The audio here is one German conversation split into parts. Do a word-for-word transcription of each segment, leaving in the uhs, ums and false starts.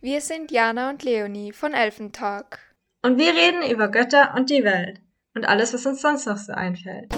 Wir sind Jana und Leonie von Elfentalk. Und wir reden über Götter und die Welt und alles, was uns sonst noch so einfällt.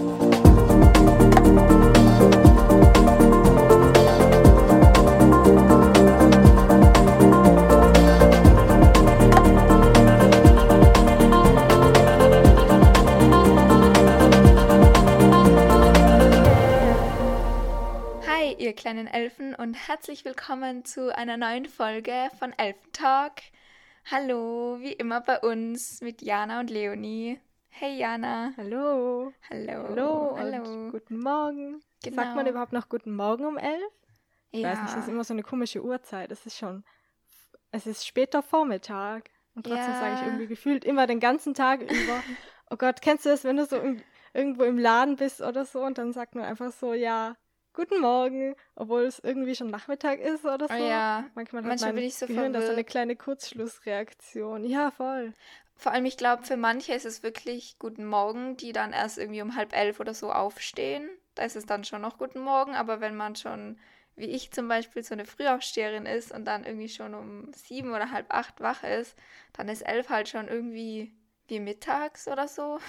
Hi, ihr kleinen Elfen und herzlich willkommen zu einer neuen Folge von Elfentalk. Hallo, wie immer bei uns mit Jana und Leonie. Hey Jana. Hallo. Hallo. Hallo Hallo. und guten Morgen. Genau. Sagt man überhaupt noch guten Morgen um elf? Ich Ja. weiß nicht, das ist immer so eine komische Uhrzeit. Es ist schon, es ist später Vormittag und trotzdem Ja. sage ich irgendwie gefühlt immer den ganzen Tag über, oh Gott, kennst du das, wenn du so in, irgendwo im Laden bist oder so und dann sagt man einfach so, ja, guten Morgen, obwohl es irgendwie schon Nachmittag ist oder so. Oh ja. Manchmal hat Manchmal mein bin ich so Gehirn da so eine verwirrt. kleine Kurzschlussreaktion. Ja, voll. Vor allem, ich glaube, für manche ist es wirklich Guten Morgen, die dann erst irgendwie um halb elf oder so aufstehen. Da ist es dann schon noch Guten Morgen, aber wenn man schon, wie ich zum Beispiel, so eine Frühaufsteherin ist und dann irgendwie schon um sieben oder halb acht wach ist, dann ist elf halt schon irgendwie wie mittags oder so.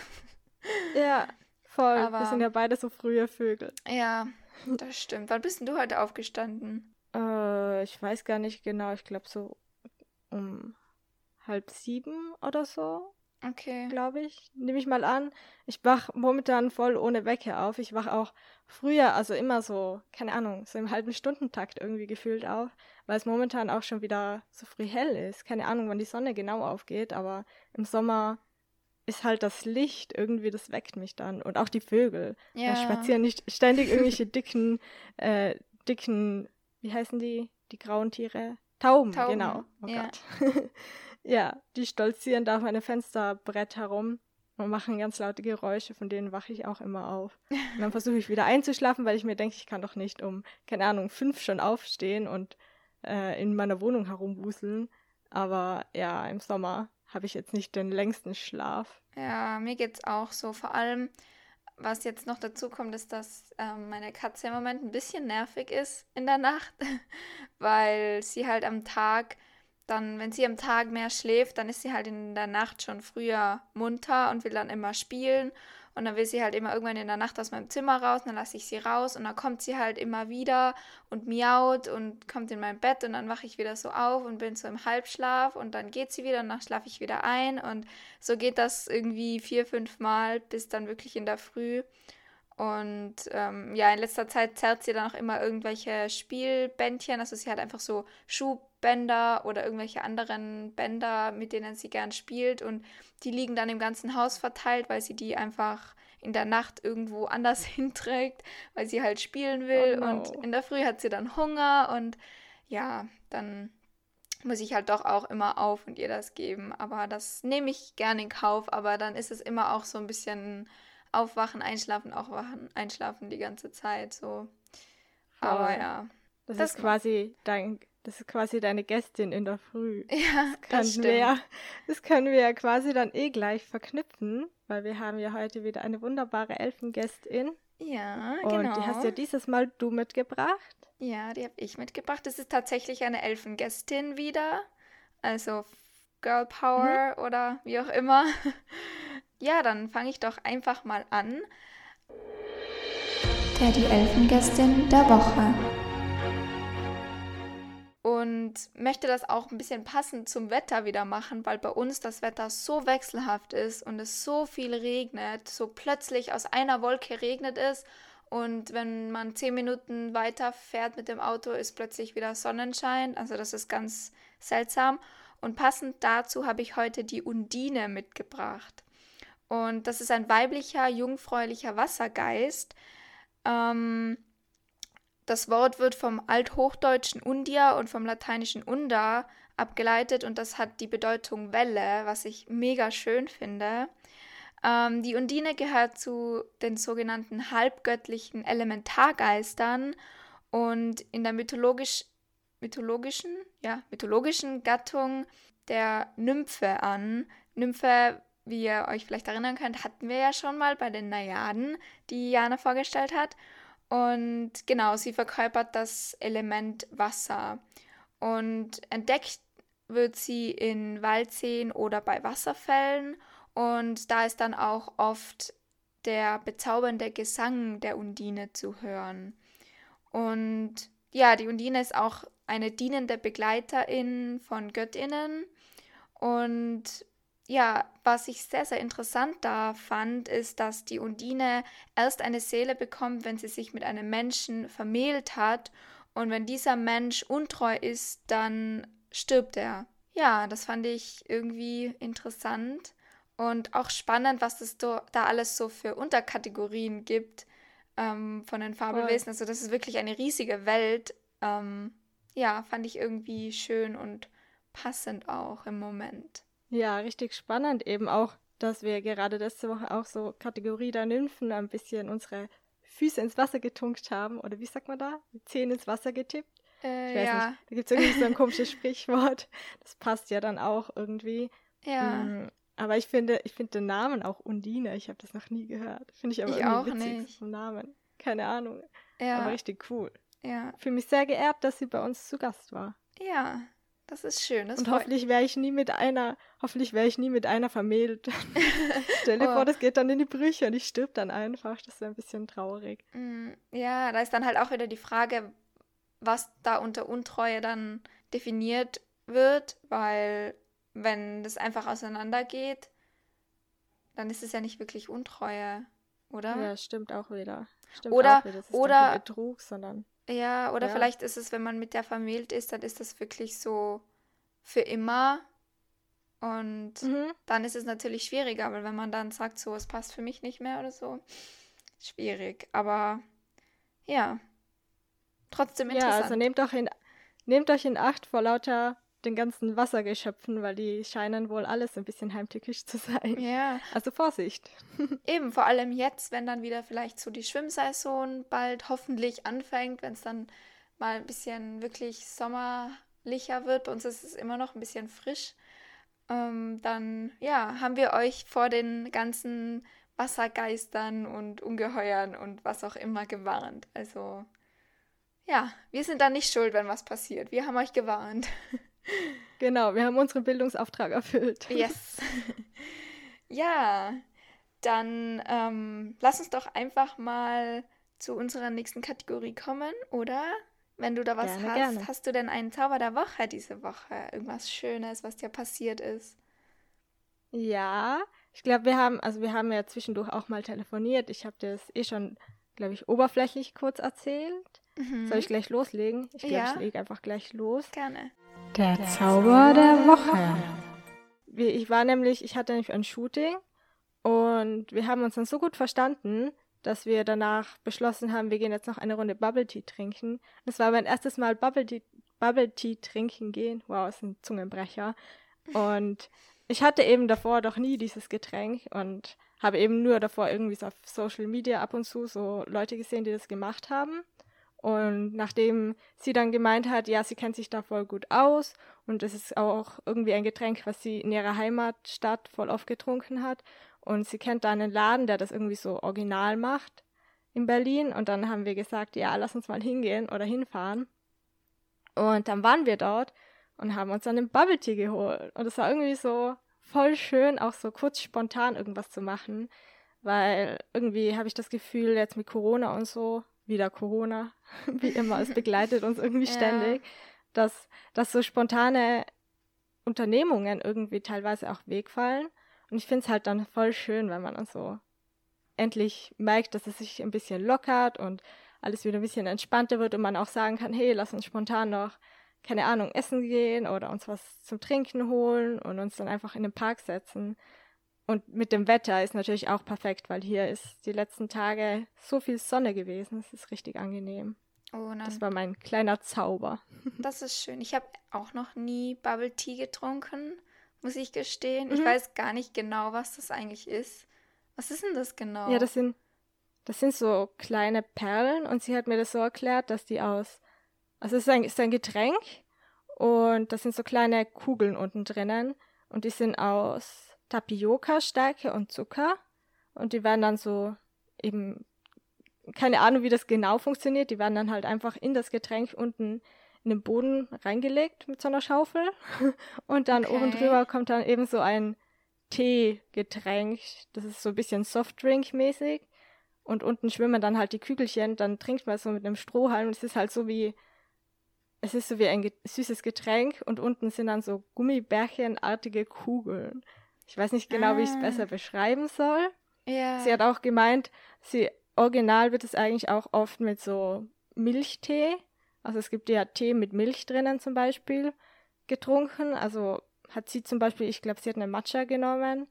Ja, voll. Wir Aber sind ja beide so frühe Vögel. ja, das stimmt. Wann bist denn du heute aufgestanden? Äh, ich weiß gar nicht genau. Ich glaube so um halb sieben oder so, Okay. glaube ich. Nehme ich mal an. Ich wach momentan voll ohne Wecker auf. Ich wach auch früher, also immer so, keine Ahnung, so im halben Stundentakt irgendwie gefühlt auf, weil es momentan auch schon wieder so früh hell ist. Keine Ahnung, wann die Sonne genau aufgeht, aber im Sommer ist halt das Licht irgendwie, das weckt mich dann. Und auch die Vögel. Da Ja. spazieren nicht ständig irgendwelche dicken, äh, dicken, wie heißen die? Die grauen Tiere? Tauben, Tauben, genau. Oh ja. Gott. Ja, die stolzieren da auf meinem Fensterbrett herum und machen ganz laute Geräusche, von denen wache ich auch immer auf. Und dann versuche ich wieder einzuschlafen, weil ich mir denke, ich kann doch nicht um, keine Ahnung, fünf schon aufstehen und äh, in meiner Wohnung herumwuseln. Aber ja, im Sommer habe ich jetzt nicht den längsten Schlaf. Ja, mir geht's auch so. Vor allem, was jetzt noch dazu kommt, ist, dass ähm, meine Katze im Moment ein bisschen nervig ist in der Nacht, weil sie halt am Tag, dann, wenn sie am Tag mehr schläft, dann ist sie halt in der Nacht schon früher munter und will dann immer spielen. Und dann will sie halt immer irgendwann in der Nacht aus meinem Zimmer raus, und dann lasse ich sie raus und dann kommt sie halt immer wieder und miaut und kommt in mein Bett und dann wache ich wieder so auf und bin so im Halbschlaf und dann geht sie wieder und dann schlafe ich wieder ein und so geht das irgendwie vier, fünf Mal bis dann wirklich in der Früh. Und ähm, ja, in letzter Zeit zerrt sie dann auch immer irgendwelche Spielbändchen. Also sie hat einfach so Schuhbänder oder irgendwelche anderen Bänder, mit denen sie gern spielt. Und die liegen dann im ganzen Haus verteilt, weil sie die einfach in der Nacht irgendwo anders hinträgt, weil sie halt spielen will. Oh no. Und in der Früh hat sie dann Hunger und ja, dann muss ich halt doch auch immer auf und ihr das geben. Aber das nehme ich gerne in Kauf. Aber dann ist es immer auch so ein bisschen aufwachen, einschlafen, aufwachen, einschlafen die ganze Zeit. So. Aber Voll. ja. Das, Das ist quasi dein, das ist quasi deine Gästin in der Früh. Ja, Das das können stimmt. wir ja, das können wir ja quasi dann eh gleich verknüpfen, weil wir haben ja heute wieder eine wunderbare Elfengästin. Ja, Und genau. die hast ja dieses Mal du mitgebracht. Ja, die habe ich mitgebracht. Das ist tatsächlich eine Elfengästin wieder. Also Girl Power Mhm. oder wie auch immer. Ja, dann fange ich doch einfach mal an. Der die Elfengästin der Woche. Und möchte das auch ein bisschen passend zum Wetter wieder machen, weil bei uns das Wetter so wechselhaft ist und es so viel regnet, so plötzlich aus einer Wolke regnet es und wenn man zehn Minuten weiter fährt mit dem Auto, ist plötzlich wieder Sonnenschein. Also das ist ganz seltsam. Und passend dazu habe ich heute die Undine mitgebracht. Und das ist ein weiblicher, jungfräulicher Wassergeist. Ähm, Das Wort wird vom althochdeutschen Undia und vom lateinischen Unda abgeleitet und das hat die Bedeutung Welle, was ich mega schön finde. Ähm, die Undine gehört zu den sogenannten halbgöttlichen Elementargeistern und in der mythologisch, mythologischen, ja, mythologischen Gattung der Nymphe an. Nymphe, wie ihr euch vielleicht erinnern könnt, hatten wir ja schon mal bei den Najaden, die Jana vorgestellt hat. Und genau, sie verkörpert das Element Wasser und entdeckt wird sie in Waldseen oder bei Wasserfällen und da ist dann auch oft der bezaubernde Gesang der Undine zu hören. Und ja, die Undine ist auch eine dienende Begleiterin von Göttinnen und ja, was ich sehr, sehr interessant da fand, ist, dass die Undine erst eine Seele bekommt, wenn sie sich mit einem Menschen vermählt hat und wenn dieser Mensch untreu ist, dann stirbt er. Ja, das fand ich irgendwie interessant und auch spannend, was es da alles so für Unterkategorien gibt ähm, von den Fabelwesen. Also das ist wirklich eine riesige Welt. Ähm, ja, fand ich irgendwie schön und passend auch im Moment. Ja, richtig spannend eben auch, dass wir gerade letzte Woche auch so Kategorie der Nymphen ein bisschen unsere Füße ins Wasser getunkt haben. Oder wie sagt man da? Die Zähne ins Wasser getippt. Äh, ich weiß ja. nicht, da gibt es irgendwie so ein komisches Sprichwort. Das passt ja dann auch irgendwie. Ja. Mm, aber ich finde, ich finde den Namen auch Undine. Ich habe das noch nie gehört. Finde ich aber Ich irgendwie auch witzig nicht. vom Namen. Keine Ahnung. Ja. Aber richtig cool. Ja. Ich fühle mich sehr geehrt, dass sie bei uns zu Gast war. Ja, das ist schön. Das Und freut- hoffentlich wäre ich nie mit einer, hoffentlich wäre ich nie mit einer vermählt. Stell dir Oh. vor, das geht dann in die Brüche und ich stirb dann einfach. Das wäre ein bisschen traurig. Mm, Ja, da ist dann halt auch wieder die Frage, was da unter Untreue dann definiert wird, weil wenn das einfach auseinandergeht, dann ist es ja nicht wirklich Untreue, oder? Ja, stimmt auch wieder. Stimmt Oder- auch wieder. Das ist oder- dann kein Betrug, sondern Ja, oder Ja. vielleicht ist es, wenn man mit der vermählt ist, dann ist das wirklich so für immer. Und mhm. dann ist es natürlich schwieriger, weil wenn man dann sagt, so, es passt für mich nicht mehr oder so, schwierig. Aber ja, trotzdem Ja, interessant. also nehmt, doch in, nehmt euch in Acht vor lauter den ganzen Wassergeschöpfen, weil die scheinen wohl alles ein bisschen heimtückisch zu sein. Ja, Also Vorsicht. eben, vor allem jetzt, wenn dann wieder vielleicht so die Schwimmsaison bald hoffentlich anfängt, wenn es dann mal ein bisschen wirklich sommerlicher wird. Bei uns ist es immer noch ein bisschen frisch. Ähm, dann, ja, haben wir euch vor den ganzen Wassergeistern und Ungeheuern und was auch immer gewarnt. Also, ja, wir sind da nicht schuld, wenn was passiert. Wir haben euch gewarnt. Genau, wir haben unseren Bildungsauftrag erfüllt. Yes. Ja, dann ähm, lass uns doch einfach mal zu unserer nächsten Kategorie kommen, oder? Wenn du da was Gerne, hast, gerne. hast du denn einen Zauber der Woche diese Woche? Irgendwas Schönes, was dir passiert ist? Ja, ich glaube, wir haben, also wir haben ja zwischendurch auch mal telefoniert. Ich habe das eh schon, glaube ich, oberflächlich kurz erzählt. Mhm. Soll ich gleich loslegen? Ich glaube, Ja. ich lege einfach gleich los. Gerne. Der Zauber der Woche. Wie- Ich war nämlich, ich hatte nämlich ein Shooting und wir haben uns dann so gut verstanden, dass wir danach beschlossen haben, wir gehen jetzt noch eine Runde Bubble Tea trinken. Das war mein erstes Mal Bubble Tea, Bubble Tea trinken gehen. Wow, ist ein Zungenbrecher. Und ich hatte eben davor doch nie dieses Getränk und habe eben nur davor irgendwie so auf Social Media ab und zu so Leute gesehen, die das gemacht haben. Und nachdem sie dann gemeint hat, ja, sie kennt sich da voll gut aus und es ist auch irgendwie ein Getränk, was sie in ihrer Heimatstadt voll oft getrunken hat und sie kennt da einen Laden, der das irgendwie so original macht in Berlin und dann haben wir gesagt, ja, lass uns mal hingehen oder hinfahren und dann waren wir dort und haben uns dann einen Bubble Tea geholt und es war irgendwie so voll schön, auch so kurz spontan irgendwas zu machen, weil irgendwie habe ich das Gefühl, jetzt mit Corona und so, wieder Corona, wie immer, es begleitet uns irgendwie Ja. ständig, dass, dass so spontane Unternehmungen irgendwie teilweise auch wegfallen. Und ich finde es halt dann voll schön, wenn man dann so endlich merkt, dass es sich ein bisschen lockert und alles wieder ein bisschen entspannter wird und man auch sagen kann, hey, lass uns spontan noch, keine Ahnung, essen gehen oder uns was zum Trinken holen und uns dann einfach in den Park setzen. Und mit dem Wetter ist natürlich auch perfekt, weil hier ist die letzten Tage so viel Sonne gewesen. Es ist richtig angenehm. Oh, Das nein. war mein kleiner Zauber. Das ist schön. Ich habe auch noch nie Bubble Tea getrunken, muss ich gestehen. Ich Mhm. weiß gar nicht genau, was das eigentlich ist. Was ist denn das genau? Ja, das sind, das sind so kleine Perlen und sie hat mir das so erklärt, dass die aus, also es ist ein, es ist ein Getränk und das sind so kleine Kugeln unten drinnen und die sind aus Tapioca, Stärke und Zucker und die werden dann so eben, keine Ahnung, wie das genau funktioniert, die werden dann halt einfach in das Getränk unten in den Boden reingelegt mit so einer Schaufel. Und dann Okay. oben drüber kommt dann eben so ein Teegetränk. Das ist so ein bisschen Softdrink-mäßig. Und unten schwimmen dann halt die Kügelchen. Dann trinkt man so mit einem Strohhalm. Und es ist halt so wie, es ist so wie ein ge- süßes Getränk. Und unten sind dann so Gummibärchenartige Kugeln. Ich weiß nicht genau, wie ich es Ah. besser beschreiben soll. Ja. Sie hat auch gemeint, sie original wird es eigentlich auch oft mit so Milchtee, also es gibt ja Tee mit Milch drinnen zum Beispiel, getrunken. Also hat sie zum Beispiel, ich glaube, sie hat eine Matcha genommen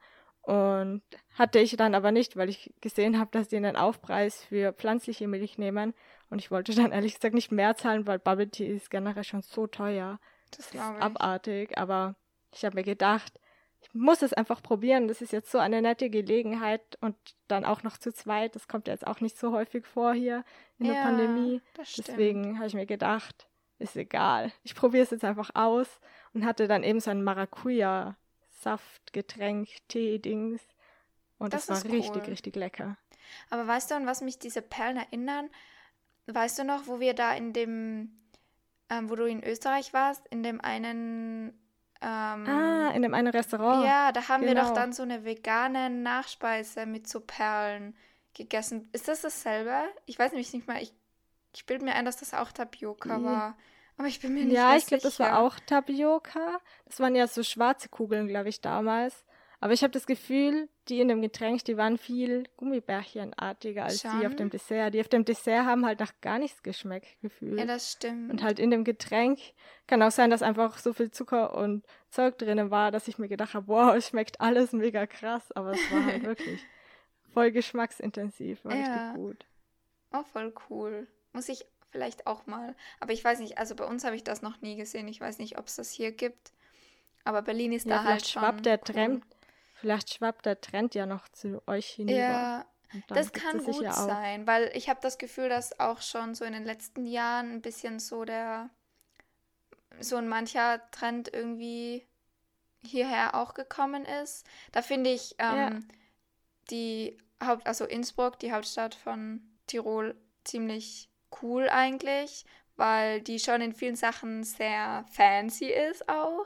und hatte ich dann aber nicht, weil ich gesehen habe, dass die einen Aufpreis für pflanzliche Milch nehmen und ich wollte dann ehrlich gesagt nicht mehr zahlen, weil Bubble Tea ist generell schon so teuer. Das Das ist glaube ich. abartig, aber ich habe mir gedacht, ich muss es einfach probieren. Das ist jetzt so eine nette Gelegenheit und dann auch noch zu zweit. Das kommt ja jetzt auch nicht so häufig vor hier in der Ja, Pandemie. das stimmt. Deswegen habe ich mir gedacht, ist egal. Ich probiere es jetzt einfach aus und hatte dann eben so ein Maracuja-Saft, Getränk, Tee-Dings. Und Das das, war ist richtig, cool. richtig lecker. Aber weißt du, an was mich diese Perlen erinnern? Weißt du noch, wo wir da in dem, ähm, wo du in Österreich warst, in dem einen, ähm, Ah, in dem einen Restaurant. ja, da haben wir doch genau. dann so eine vegane Nachspeise mit so Perlen gegessen. Ist das dasselbe? Ich weiß nämlich nicht mal, ich, ich bilde mir ein, dass das auch Tapioca I- war. Aber ich bin mir nicht Ja, mehr ich glaube, das war sicher. auch Tapioca. Das waren ja so schwarze Kugeln, glaube ich, damals. Aber ich habe das Gefühl, die in dem Getränk, die waren viel Gummibärchenartiger als die auf dem Schon? Dessert. Die auf dem Dessert haben halt nach gar nichts geschmeckt, Ja, gefühlt. das Und stimmt. halt in dem Getränk kann auch sein, dass einfach so viel Zucker und Zeug drin war, dass ich mir gedacht habe, wow, es schmeckt alles mega krass. Aber es war halt wirklich voll geschmacksintensiv, war richtig Ja, gut. oh, voll cool. Muss ich vielleicht auch mal. Aber ich weiß nicht, also bei uns habe ich das noch nie gesehen. Ich weiß nicht, ob es das hier gibt. Aber Berlin ist Ja, da halt vielleicht schwappt schon der cool. Trend, vielleicht schwappt der Trend ja noch zu euch hinüber. Ja, Und dann das gibt's kann es gut sicher auch. sein, weil ich habe das Gefühl, dass auch schon so in den letzten Jahren ein bisschen so der, so ein mancher Trend irgendwie hierher auch gekommen ist. Da finde ich Ja, ähm, die Haupt, also Innsbruck, die Hauptstadt von Tirol, ziemlich cool eigentlich, weil die schon in vielen Sachen sehr fancy ist auch.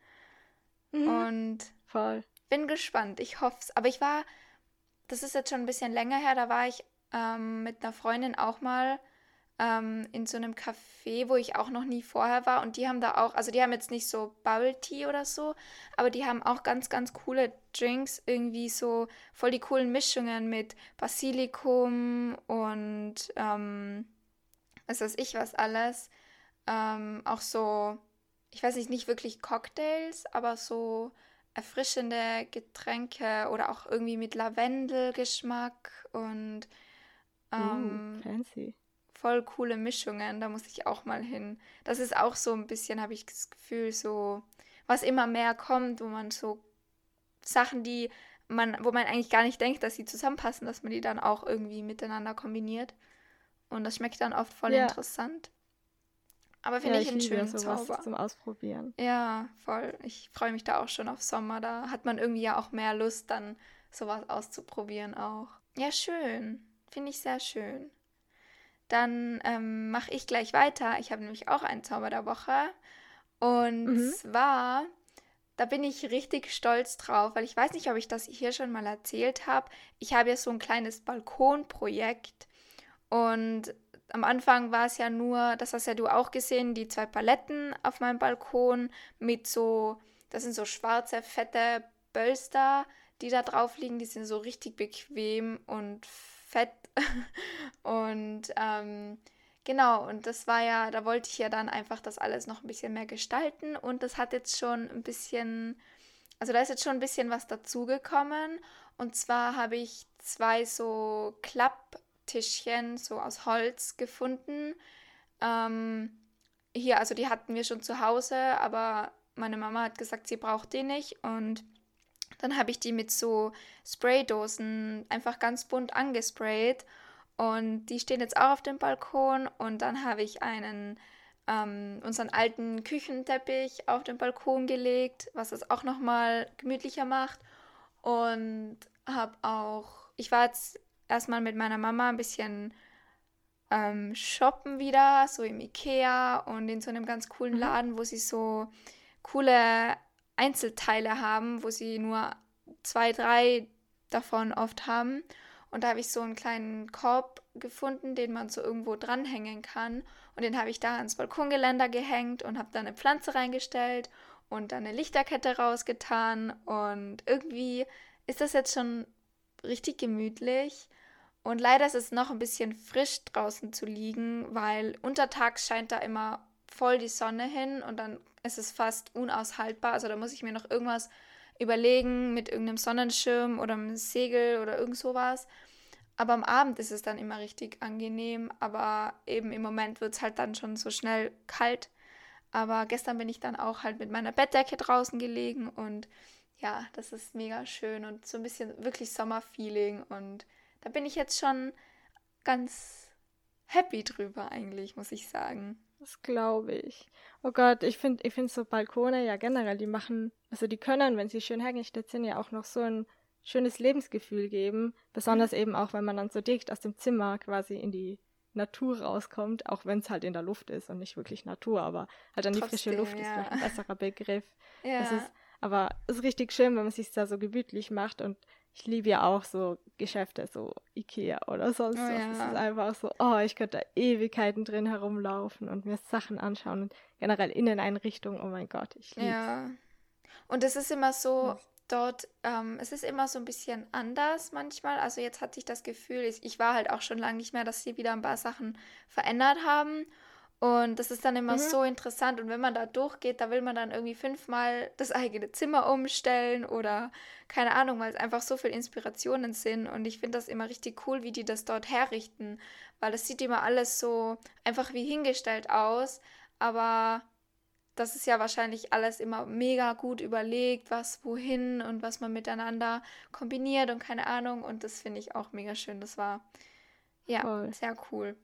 mhm, Und voll. bin gespannt. Ich hoffe es. Aber ich war, das ist jetzt schon ein bisschen länger her, da war ich ähm, mit einer Freundin auch mal ähm, in so einem Café, wo ich auch noch nie vorher war. Und die haben da auch, also die haben jetzt nicht so Bubble Tea oder so, aber die haben auch ganz, ganz coole Drinks, irgendwie so voll die coolen Mischungen mit Basilikum und ähm, was weiß ich was alles. Ähm, auch so, ich weiß nicht, nicht wirklich Cocktails, aber so erfrischende Getränke oder auch irgendwie mit Lavendelgeschmack und Uh, ähm, fancy. voll coole Mischungen. Da muss ich auch mal hin. Das ist auch so ein bisschen, habe ich das Gefühl, so, was immer mehr kommt, wo man so Sachen, die man, wo man eigentlich gar nicht denkt, dass sie zusammenpassen, dass man die dann auch irgendwie miteinander kombiniert. Und das schmeckt dann oft voll Ja, interessant. Aber finde ja, ich ich einen liebe ja schönen sowas Zauber. zum Ausprobieren. Ja, voll. Ich freue mich da auch schon auf Sommer. Da hat man irgendwie ja auch mehr Lust, dann sowas auszuprobieren auch. Ja, schön. Finde ich sehr schön. Dann ähm, mache ich gleich weiter. Ich habe nämlich auch einen Zauber der Woche. Und Mhm. zwar, da bin ich richtig stolz drauf, weil ich weiß nicht, ob ich das hier schon mal erzählt habe. Ich habe ja so ein kleines Balkonprojekt. Und am Anfang war es ja nur, das hast ja du auch gesehen, die zwei Paletten auf meinem Balkon mit so, das sind so schwarze, fette Bölster, die da drauf liegen. Die sind so richtig bequem und fett. Und ähm, genau, und das war ja, da wollte ich ja dann einfach das alles noch ein bisschen mehr gestalten. Und das hat jetzt schon ein bisschen, also da ist jetzt schon ein bisschen was dazugekommen. Und zwar habe ich zwei so Klapptischchen, so aus Holz gefunden. Ähm, hier, also die hatten wir schon zu Hause, aber meine Mama hat gesagt, sie braucht die nicht. Und dann habe ich die mit so Spraydosen einfach ganz bunt angesprayt. Und die stehen jetzt auch auf dem Balkon. Und dann habe ich einen, ähm, unseren alten Küchenteppich auf den Balkon gelegt, was es auch nochmal gemütlicher macht. Und habe auch, ich war jetzt erstmal mit meiner Mama ein bisschen ähm, shoppen wieder, so im Ikea und in so einem ganz coolen Mhm. Laden, wo sie so coole Einzelteile haben, wo sie nur zwei, drei davon oft haben. Und da habe ich so einen kleinen Korb gefunden, den man so irgendwo dranhängen kann. Und den habe ich da ans Balkongeländer gehängt und habe da eine Pflanze reingestellt und dann eine Lichterkette rausgetan. Und irgendwie ist das jetzt schon richtig gemütlich. Und leider ist es noch ein bisschen frisch draußen zu liegen, weil untertags scheint da immer voll die Sonne hin und dann ist es fast unaushaltbar. Also da muss ich mir noch irgendwas überlegen mit irgendeinem Sonnenschirm oder einem Segel oder irgend sowas. Aber am Abend ist es dann immer richtig angenehm. Aber eben im Moment wird es halt dann schon so schnell kalt. Aber gestern bin ich dann auch halt mit meiner Bettdecke draußen gelegen und ja, das ist mega schön und so ein bisschen wirklich Sommerfeeling und da bin ich jetzt schon ganz happy drüber eigentlich, muss ich sagen. Das glaube ich. Oh Gott, ich finde ich find so Balkone ja generell, die machen, also die können, wenn sie schön hergerichtet sind, ja auch noch so ein schönes Lebensgefühl geben. Besonders eben auch, wenn man dann so dicht aus dem Zimmer quasi in die Natur rauskommt, auch wenn es halt in der Luft ist und nicht wirklich Natur, aber halt dann die frische Trotzdem, Luft ist ja. vielleicht ein besserer Begriff. Ja, Es ist, aber es ist richtig schön, wenn man sich da so gemütlich macht und ich liebe ja auch so Geschäfte, so Ikea oder sonst Oh was. ja. Es ist einfach so, oh, ich könnte da Ewigkeiten drin herumlaufen und mir Sachen anschauen und generell Inneneinrichtungen, oh mein Gott, ich lieb's. ja. Und es ist immer so, Was? dort, ähm, es ist immer so ein bisschen anders manchmal. Also jetzt hatte ich das Gefühl, ich, ich war halt auch schon lange nicht mehr, dass sie wieder ein paar Sachen verändert haben. Und das ist dann immer Mhm. so interessant. Und wenn man da durchgeht, da will man dann irgendwie fünfmal das eigene Zimmer umstellen oder keine Ahnung, weil es einfach so viele Inspirationen sind. Und ich finde das immer richtig cool, wie die das dort herrichten, weil das sieht immer alles so einfach wie hingestellt aus. Aber das ist ja wahrscheinlich alles immer mega gut überlegt, was wohin und was man miteinander kombiniert und keine Ahnung. Und das finde ich auch mega schön. Das war, ja, Voll. sehr cool.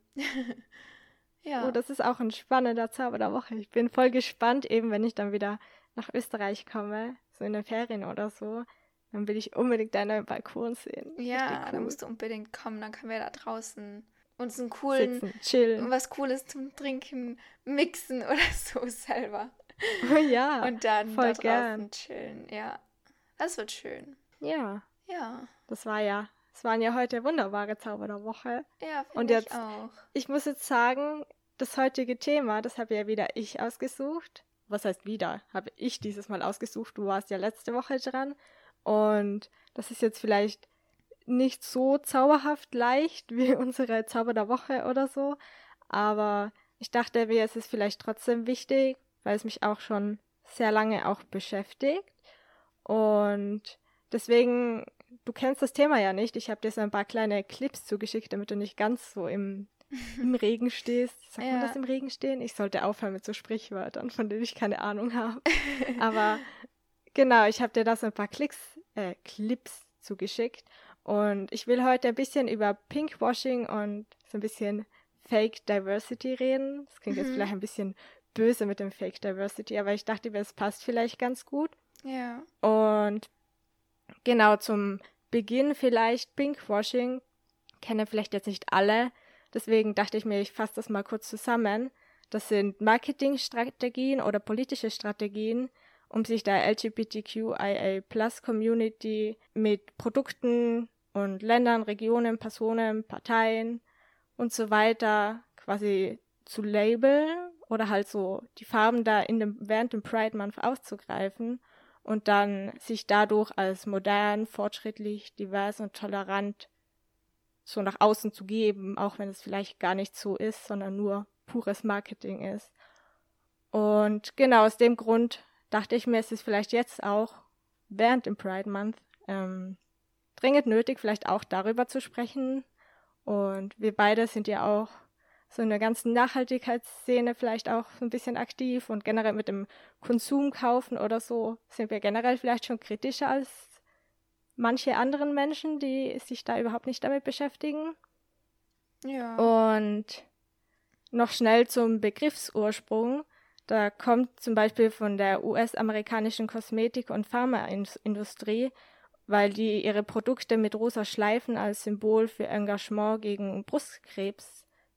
Oh, Ja. das ist auch ein spannender Zauber der Woche. Ich bin voll gespannt, eben wenn ich dann wieder nach Österreich komme, so in den Ferien oder so, dann will ich unbedingt deinen Balkon sehen. Ja, Richtig da cool. musst du unbedingt kommen, dann können wir da draußen uns einen coolen, Sitzen, chillen. was Cooles zum Trinken mixen oder so selber. Oh ja, Und dann voll da draußen gern. chillen. Ja, das wird schön. Ja, Ja, das war ja, es waren ja heute wunderbare Zauber der Woche. ja, Und finde ich jetzt, auch. ich muss jetzt sagen, das heutige Thema, das habe ja wieder ich ausgesucht. Was heißt wieder? Habe ich dieses Mal ausgesucht. Du warst ja letzte Woche dran. Und das ist jetzt vielleicht nicht so zauberhaft leicht wie unsere Zauber der Woche oder so. Aber ich dachte mir, es ist vielleicht trotzdem wichtig, weil es mich auch schon sehr lange auch beschäftigt. Und deswegen, du kennst das Thema ja nicht. Ich habe dir so ein paar kleine Clips zugeschickt, damit du nicht ganz so im, im Regen stehst. Sagt man Ja. das im Regen stehen? Ich sollte aufhören mit so Sprichwörtern, von denen ich keine Ahnung habe. Aber genau, ich habe dir da so ein paar Klicks, äh, Clips zugeschickt. Und ich will heute ein bisschen über Pinkwashing und so ein bisschen Fake Diversity reden. Das klingt jetzt Mhm. vielleicht ein bisschen böse mit dem Fake Diversity, aber ich dachte mir, es passt vielleicht ganz gut. Ja. Und genau zum Beginn vielleicht Pinkwashing kennen vielleicht jetzt nicht alle. Deswegen dachte ich mir, ich fasse das mal kurz zusammen. Das sind Marketingstrategien oder politische Strategien, um sich der L G B T Q I A Plus Community mit Produkten und Ländern, Regionen, Personen, Parteien und so weiter quasi zu labeln oder halt so die Farben da in dem, während dem Pride Month auszugreifen und dann sich dadurch als modern, fortschrittlich, divers und tolerant so nach außen zu geben, auch wenn es vielleicht gar nicht so ist, sondern nur pures Marketing ist. Und genau aus dem Grund dachte ich mir, es ist vielleicht jetzt auch während dem Pride Month ähm, dringend nötig, vielleicht auch darüber zu sprechen. Und wir beide sind ja auch so in der ganzen Nachhaltigkeitsszene vielleicht auch so ein bisschen aktiv und generell mit dem Konsum kaufen oder so sind wir generell vielleicht schon kritischer als manche anderen Menschen, die sich da überhaupt nicht damit beschäftigen. Ja. Und noch schnell zum Begriffsursprung. Da kommt zum Beispiel von der U S-amerikanischen Kosmetik- und Pharmaindustrie, weil die ihre Produkte mit rosa Schleifen als Symbol für Engagement gegen Brustkrebs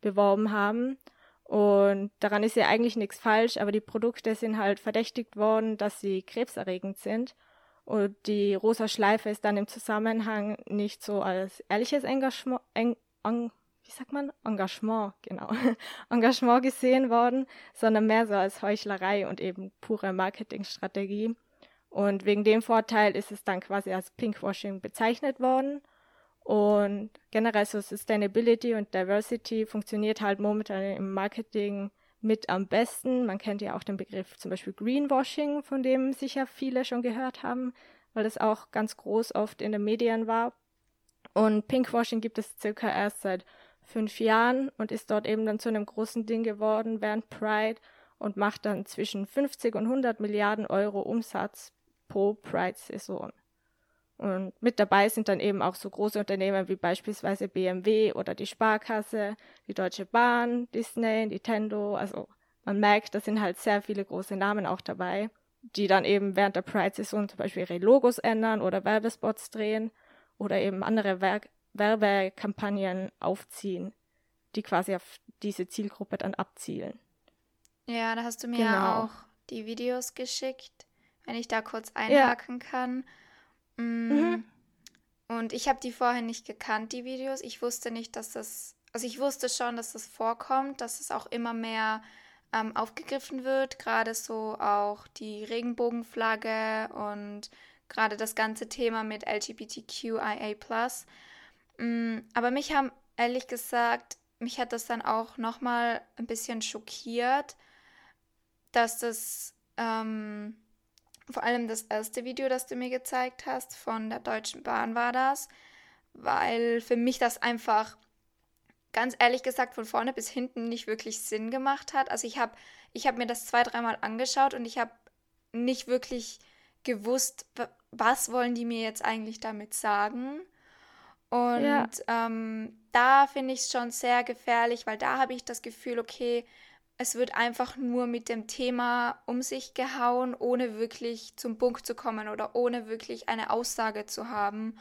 beworben haben. Und daran ist ja eigentlich nichts falsch, aber die Produkte sind halt verdächtigt worden, dass sie krebserregend sind. Und die rosa Schleife ist dann im Zusammenhang nicht so als ehrliches Engagement, eng, eng, wie sagt man? Engagement, genau. Engagement gesehen worden, sondern mehr so als Heuchlerei und eben pure Marketingstrategie. Und wegen dem Vorteil ist es dann quasi als Pinkwashing bezeichnet worden. Und generell so Sustainability und Diversity funktioniert halt momentan im Marketing mit am besten. Man kennt ja auch den Begriff zum Beispiel Greenwashing, von dem sicher viele schon gehört haben, weil das auch ganz groß oft in den Medien war. Und Pinkwashing gibt es circa erst seit fünf Jahren und ist dort eben dann zu einem großen Ding geworden während Pride und macht dann zwischen fünfzig und hundert Milliarden Euro Umsatz pro Pride-Saison. Und mit dabei sind dann eben auch so große Unternehmen wie beispielsweise B M W oder die Sparkasse, die Deutsche Bahn, Disney, Nintendo. Also man merkt, da sind halt sehr viele große Namen auch dabei, die dann eben während der Pride-Saison zum Beispiel ihre Logos ändern oder Werbespots drehen oder eben andere Wer- Werbekampagnen aufziehen, die quasi auf diese Zielgruppe dann abzielen. Ja, da hast du mir Genau. ja auch die Videos geschickt, wenn ich da kurz einhaken kann. Mm, Mhm. Und ich habe die vorher nicht gekannt, die Videos. Ich wusste nicht, dass das, also ich wusste schon, dass das vorkommt, dass es auch immer mehr ähm, aufgegriffen wird, gerade so auch die Regenbogenflagge und gerade das ganze Thema mit L G B T Q I A plus. Mm, Aber mich haben, ehrlich gesagt, mich hat das dann auch nochmal ein bisschen schockiert, dass das, ähm, vor allem das erste Video, das du mir gezeigt hast, von der Deutschen Bahn war das, weil für mich das einfach, ganz ehrlich gesagt, von vorne bis hinten nicht wirklich Sinn gemacht hat. Also ich habe ich hab mir das zwei, dreimal angeschaut und ich habe nicht wirklich gewusst, wa- was wollen die mir jetzt eigentlich damit sagen. Und Ja, ähm, da finde ich es schon sehr gefährlich, weil da habe ich das Gefühl, okay, es wird einfach nur mit dem Thema um sich gehauen, ohne wirklich zum Punkt zu kommen oder ohne wirklich eine Aussage zu haben.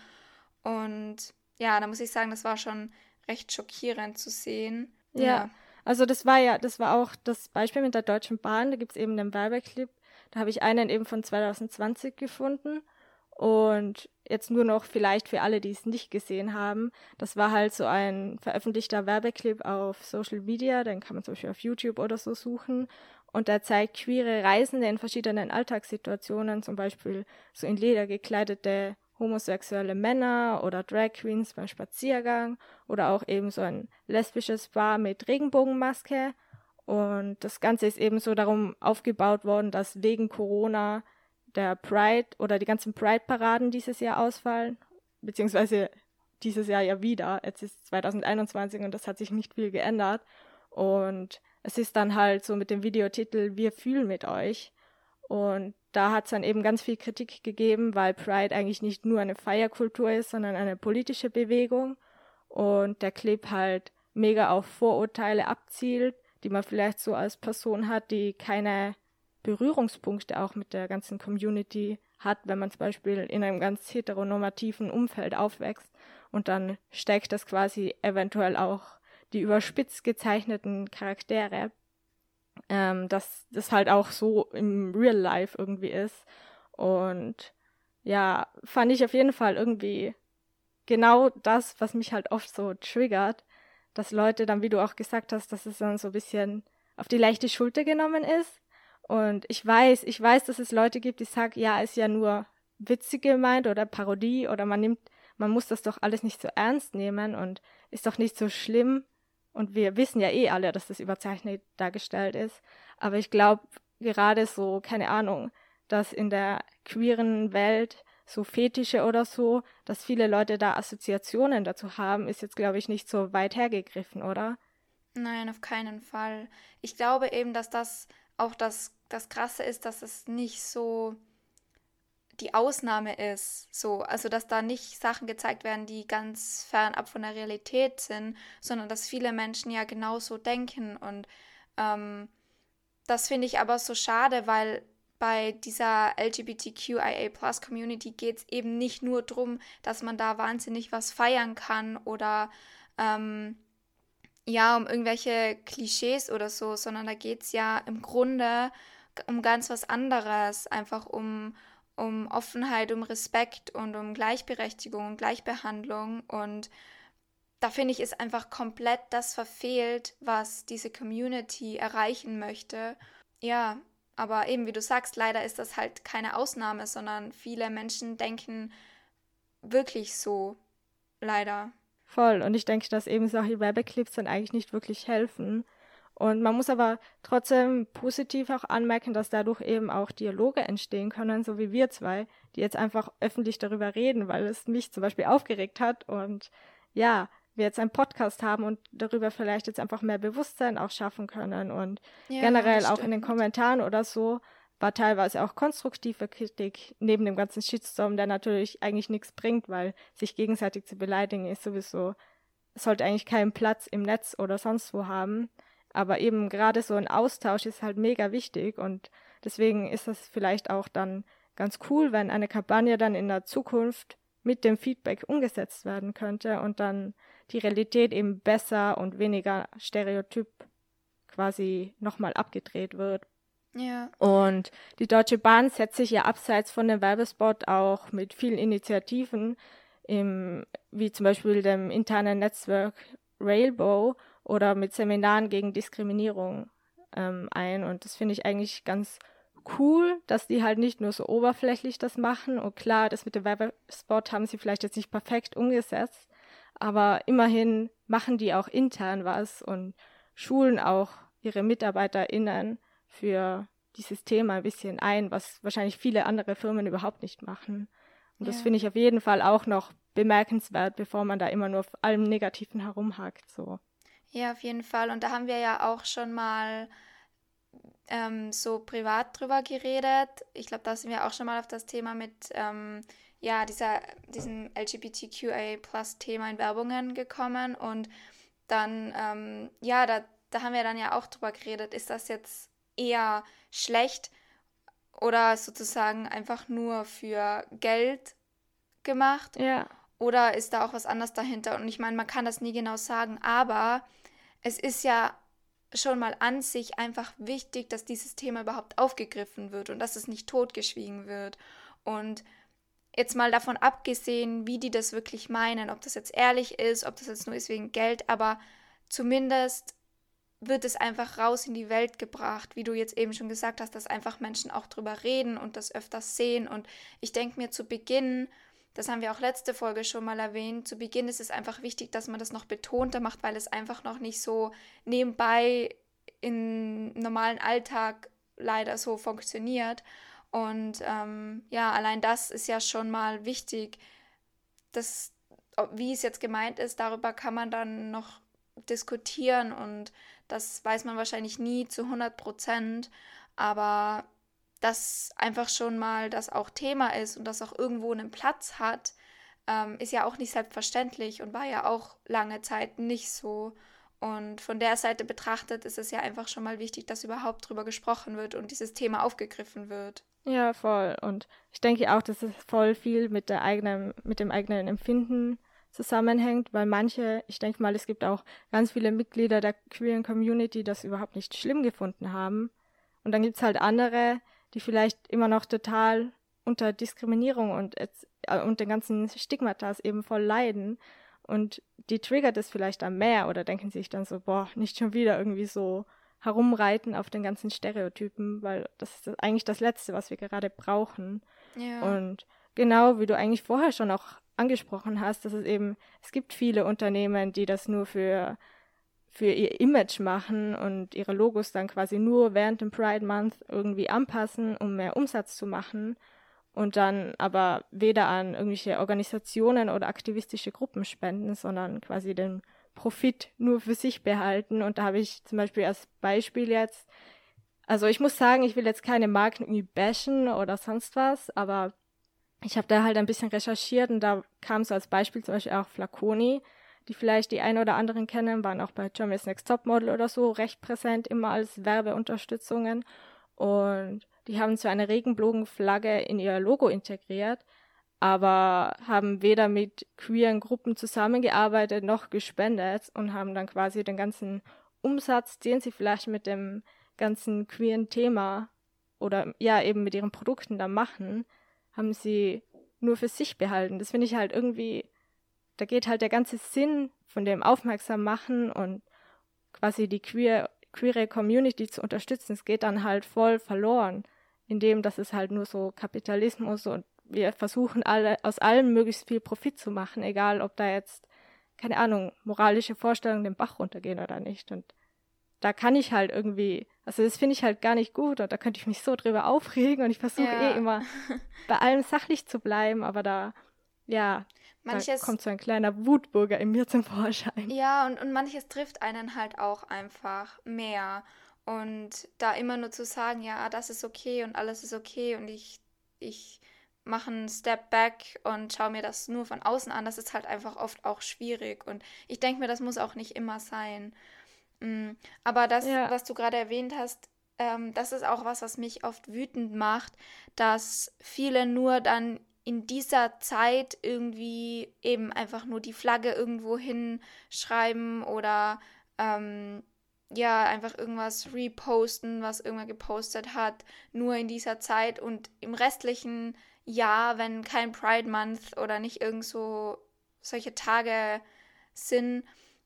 Und ja, da muss ich sagen, das war schon recht schockierend zu sehen. ja. Ja, Also das war ja, das war auch das Beispiel mit der Deutschen Bahn. Da gibt es eben einen Werbeclip. Da habe ich einen eben von zwanzig zwanzig gefunden. Und jetzt nur noch vielleicht für alle, die es nicht gesehen haben. Das war halt so ein veröffentlichter Werbeclip auf Social Media. Den kann man zum Beispiel auf YouTube oder so suchen. Und der zeigt queere Reisende in verschiedenen Alltagssituationen, zum Beispiel so in Leder gekleidete homosexuelle Männer oder Drag Queens beim Spaziergang oder auch eben so ein lesbisches Paar mit Regenbogenmaske. Und das Ganze ist eben so darum aufgebaut worden, dass wegen Corona der Pride oder die ganzen Pride-Paraden dieses Jahr ausfallen, beziehungsweise dieses Jahr ja wieder. Jetzt ist zwanzig einundzwanzig und das hat sich nicht viel geändert. Und es ist dann halt so mit dem Videotitel Wir fühlen mit euch. Und da hat es dann eben ganz viel Kritik gegeben, weil Pride eigentlich nicht nur eine Feierkultur ist, sondern eine politische Bewegung. Und der Clip halt mega auf Vorurteile abzielt, die man vielleicht so als Person hat, die keine Berührungspunkte auch mit der ganzen Community hat, wenn man zum Beispiel in einem ganz heteronormativen Umfeld aufwächst und dann steckt das quasi eventuell auch die überspitzt gezeichneten Charaktere, ähm, dass das halt auch so im Real Life irgendwie ist. Und ja, fand ich auf jeden Fall irgendwie genau das, was mich halt oft so triggert, dass Leute dann, wie du auch gesagt hast, dass es dann so ein bisschen auf die leichte Schulter genommen ist. Und ich weiß, ich weiß, dass es Leute gibt, die sagen, ja, ist ja nur witzig gemeint oder Parodie oder man nimmt, man muss das doch alles nicht so ernst nehmen und ist doch nicht so schlimm. Und wir wissen ja eh alle, dass das überzeichnet dargestellt ist. Aber ich glaube, gerade so, keine Ahnung, dass in der queeren Welt so Fetische oder so, dass viele Leute da Assoziationen dazu haben, ist jetzt, glaube ich, nicht so weit hergegriffen, oder? nein, auf keinen Fall. Ich glaube eben, dass das auch das, das Krasse ist, dass es nicht so die Ausnahme ist, so, also dass da nicht Sachen gezeigt werden, die ganz fernab von der Realität sind, sondern dass viele Menschen ja genauso denken und ähm, das finde ich aber so schade, weil bei dieser L G B T Q I A plus Community geht es eben nicht nur darum, dass man da wahnsinnig was feiern kann oder ähm, ja, um irgendwelche Klischees oder so, sondern da geht es ja im Grunde um ganz was anderes, einfach um, um Offenheit, um Respekt und um Gleichberechtigung und Gleichbehandlung. Und da finde ich, ist einfach komplett das verfehlt, was diese Community erreichen möchte. Ja, aber eben wie du sagst, leider ist das halt keine Ausnahme, sondern viele Menschen denken wirklich so, leider. Voll. Und ich denke, dass eben solche Werbeclips dann eigentlich nicht wirklich helfen. Und man muss aber trotzdem positiv auch anmerken, dass dadurch eben auch Dialoge entstehen können, so wie wir zwei, die jetzt einfach öffentlich darüber reden, weil es mich zum Beispiel aufgeregt hat und ja, wir jetzt einen Podcast haben und darüber vielleicht jetzt einfach mehr Bewusstsein auch schaffen können. Und Ja, generell das auch in den stimmt. Kommentaren oder so war teilweise auch konstruktive Kritik neben dem ganzen Shitstorm, der natürlich eigentlich nichts bringt, weil sich gegenseitig zu beleidigen ist sowieso, sollte eigentlich keinen Platz im Netz oder sonst wo haben. Aber eben gerade so ein Austausch ist halt mega wichtig und deswegen ist das vielleicht auch dann ganz cool, wenn eine Kampagne dann in der Zukunft mit dem Feedback umgesetzt werden könnte und dann die Realität eben besser und weniger stereotyp quasi nochmal abgedreht wird. Ja. Und die Deutsche Bahn setzt sich ja abseits von dem Werbespot auch mit vielen Initiativen, im, wie zum Beispiel dem internen Netzwerk Railbow oder mit Seminaren gegen Diskriminierung ähm, ein. Und das finde ich eigentlich ganz cool, dass die halt nicht nur so oberflächlich das machen. Und klar, das mit dem Werbespot haben sie vielleicht jetzt nicht perfekt umgesetzt, aber immerhin machen die auch intern was und schulen auch ihre MitarbeiterInnen für dieses Thema ein bisschen ein, was wahrscheinlich viele andere Firmen überhaupt nicht machen. Und das Ja. finde ich auf jeden Fall auch noch bemerkenswert, bevor man da immer nur auf allem Negativen herumhackt. So. Ja, auf jeden Fall. Und da haben wir ja auch schon mal ähm, so privat drüber geredet. Ich glaube, da sind wir auch schon mal auf das Thema mit ähm, ja, dieser, diesem L G B T Q A Plus Thema in Werbungen gekommen. Und dann, ähm, ja, da, da haben wir dann ja auch drüber geredet, ist das jetzt eher schlecht oder sozusagen einfach nur für Geld gemacht? Ja, Oder ist da auch was anderes dahinter? Und ich meine, man kann das nie genau sagen, aber es ist ja schon mal an sich einfach wichtig, dass dieses Thema überhaupt aufgegriffen wird und dass es nicht totgeschwiegen wird. Und jetzt mal davon abgesehen, wie die das wirklich meinen, ob das jetzt ehrlich ist, ob das jetzt nur ist wegen Geld, aber zumindest wird es einfach raus in die Welt gebracht, wie du jetzt eben schon gesagt hast, dass einfach Menschen auch drüber reden und das öfters sehen. Und ich denke mir zu Beginn, das haben wir auch letzte Folge schon mal erwähnt, zu Beginn ist es einfach wichtig, dass man das noch betonter macht, weil es einfach noch nicht so nebenbei im normalen Alltag leider so funktioniert. Und ähm, ja, allein das ist ja schon mal wichtig. Das, wie es jetzt gemeint ist, darüber kann man dann noch diskutieren und das weiß man wahrscheinlich nie zu hundert Prozent, aber dass einfach schon mal das auch Thema ist und das auch irgendwo einen Platz hat, ähm, ist ja auch nicht selbstverständlich und war ja auch lange Zeit nicht so. Und von der Seite betrachtet ist es ja einfach schon mal wichtig, dass überhaupt drüber gesprochen wird und dieses Thema aufgegriffen wird. ja, voll. Und ich denke auch, dass es voll viel mit der eigenen, mit dem eigenen Empfinden zusammenhängt, weil manche, ich denke mal, es gibt auch ganz viele Mitglieder der queeren Community, die das überhaupt nicht schlimm gefunden haben. Und dann gibt es halt andere, die vielleicht immer noch total unter Diskriminierung und, äh, und den ganzen Stigmatas eben voll leiden. Und die triggert es vielleicht dann mehr oder denken sich dann so, boah, nicht schon wieder irgendwie so herumreiten auf den ganzen Stereotypen, weil das ist das eigentlich das Letzte, was wir gerade brauchen. Ja. Und genau, wie du eigentlich vorher schon auch angesprochen hast, dass es eben, es gibt viele Unternehmen, die das nur für, für ihr Image machen und ihre Logos dann quasi nur während dem Pride Month irgendwie anpassen, um mehr Umsatz zu machen und dann aber weder an irgendwelche Organisationen oder aktivistische Gruppen spenden, sondern quasi den Profit nur für sich behalten. Und da habe ich zum Beispiel als Beispiel jetzt, also ich muss sagen, ich will jetzt keine Marken irgendwie bashen oder sonst was, aber ich habe da halt ein bisschen recherchiert und da kam so als Beispiel zum Beispiel auch Flaconi, die vielleicht die ein oder anderen kennen, waren auch bei Germany's Next Topmodel oder so recht präsent, immer als Werbeunterstützungen. Und die haben so eine Regenbogenflagge in ihr Logo integriert, aber haben weder mit queeren Gruppen zusammengearbeitet noch gespendet und haben dann quasi den ganzen Umsatz, den sie vielleicht mit dem ganzen queeren Thema oder ja eben mit ihren Produkten da machen, haben sie nur für sich behalten. Das finde ich halt irgendwie, da geht halt der ganze Sinn von dem Aufmerksam machen und quasi die queer, queere Community zu unterstützen, es geht dann halt voll verloren, indem dass es halt nur so Kapitalismus und wir versuchen alle aus allem möglichst viel Profit zu machen, egal ob da jetzt, keine Ahnung, moralische Vorstellungen den Bach runtergehen oder nicht. Und da kann ich halt irgendwie, also das finde ich halt gar nicht gut und da könnte ich mich so drüber aufregen und ich versuche Ja. eh immer bei allem sachlich zu bleiben, aber da, ja, Manches, da kommt so ein kleiner Wutbürger in mir zum Vorschein. ja, und, und manches trifft einen halt auch einfach mehr. Und da immer nur zu sagen, ja, das ist okay und alles ist okay und ich, ich mache einen Step back und schaue mir das nur von außen an, das ist halt einfach oft auch schwierig. Und ich denke mir, das muss auch nicht immer sein. Mm, Aber das, Ja. was du gerade erwähnt hast, ähm, das ist auch was, was mich oft wütend macht, dass viele nur dann in dieser Zeit irgendwie eben einfach nur die Flagge irgendwo hinschreiben oder ähm, ja, einfach irgendwas reposten, was irgendwer gepostet hat, nur in dieser Zeit und im restlichen Jahr, wenn kein Pride Month oder nicht irgend so solche Tage sind,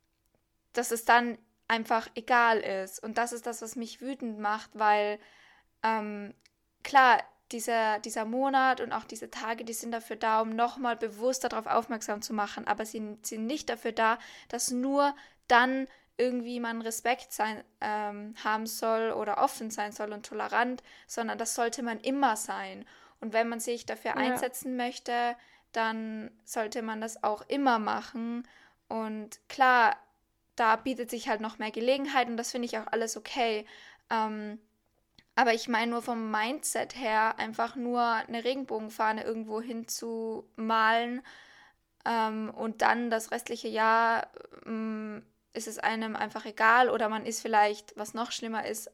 dass es dann einfach egal ist. Und das ist das, was mich wütend macht, weil ähm, klar, dieser, dieser Monat und auch diese Tage, die sind dafür da, um nochmal bewusst darauf aufmerksam zu machen, aber sie sind nicht dafür da, dass nur dann irgendwie man Respekt sein, ähm, haben soll oder offen sein soll und tolerant, sondern das sollte man immer sein. Und wenn man sich dafür Ja. einsetzen möchte, dann sollte man das auch immer machen. Und klar, da bietet sich halt noch mehr Gelegenheit und das finde ich auch alles okay. Ähm, aber ich meine nur vom Mindset her, einfach nur eine Regenbogenfahne irgendwo hinzumalen ähm, und dann das restliche Jahr ähm, ist es einem einfach egal oder man ist vielleicht, was noch schlimmer ist,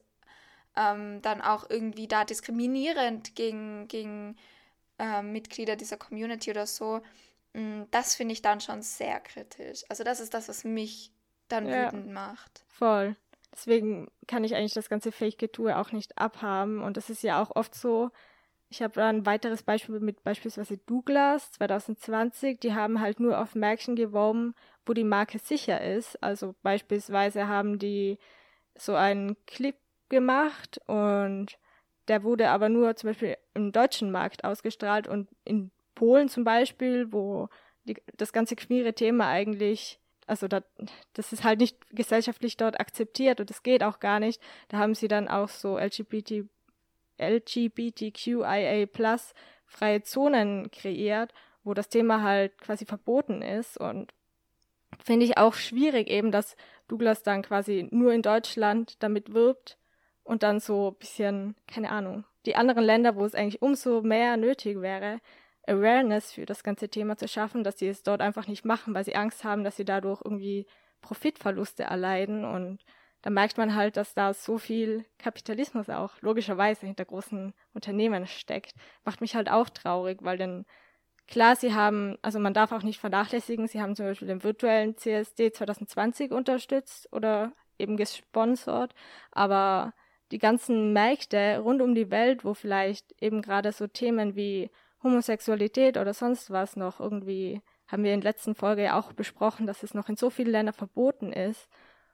ähm, dann auch irgendwie da diskriminierend gegen, gegen äh, Mitglieder dieser Community oder so. Mm, Das finde ich dann schon sehr kritisch. Also das ist das, was mich dann Ja. wütend macht. Voll. Deswegen kann ich eigentlich das ganze Fake-Getue auch nicht abhaben. Und das ist ja auch oft so. Ich habe da ein weiteres Beispiel mit beispielsweise Douglas zwanzig zwanzig. Die haben halt nur auf Märkten geworben, wo die Marke sicher ist. Also beispielsweise haben die so einen Clip gemacht und der wurde aber nur zum Beispiel im deutschen Markt ausgestrahlt und in Polen zum Beispiel, wo die, das ganze queere Thema eigentlich, also da, das ist halt nicht gesellschaftlich dort akzeptiert und das geht auch gar nicht. Da haben sie dann auch so L G B T, L G B T Q I A plus freie Zonen kreiert, wo das Thema halt quasi verboten ist und finde ich auch schwierig eben, dass Douglas dann quasi nur in Deutschland damit wirbt und dann so ein bisschen, keine Ahnung, die anderen Länder, wo es eigentlich umso mehr nötig wäre, Awareness für das ganze Thema zu schaffen, dass sie es dort einfach nicht machen, weil sie Angst haben, dass sie dadurch irgendwie Profitverluste erleiden und da merkt man halt, dass da so viel Kapitalismus auch logischerweise hinter großen Unternehmen steckt. Macht mich halt auch traurig, weil dann klar, sie haben, also man darf auch nicht vernachlässigen, sie haben zum Beispiel den virtuellen C S D zwanzig zwanzig unterstützt oder eben gesponsert, aber die ganzen Märkte rund um die Welt, wo vielleicht eben gerade so Themen wie Homosexualität oder sonst was noch irgendwie, haben wir in der letzten Folge ja auch besprochen, dass es noch in so vielen Ländern verboten ist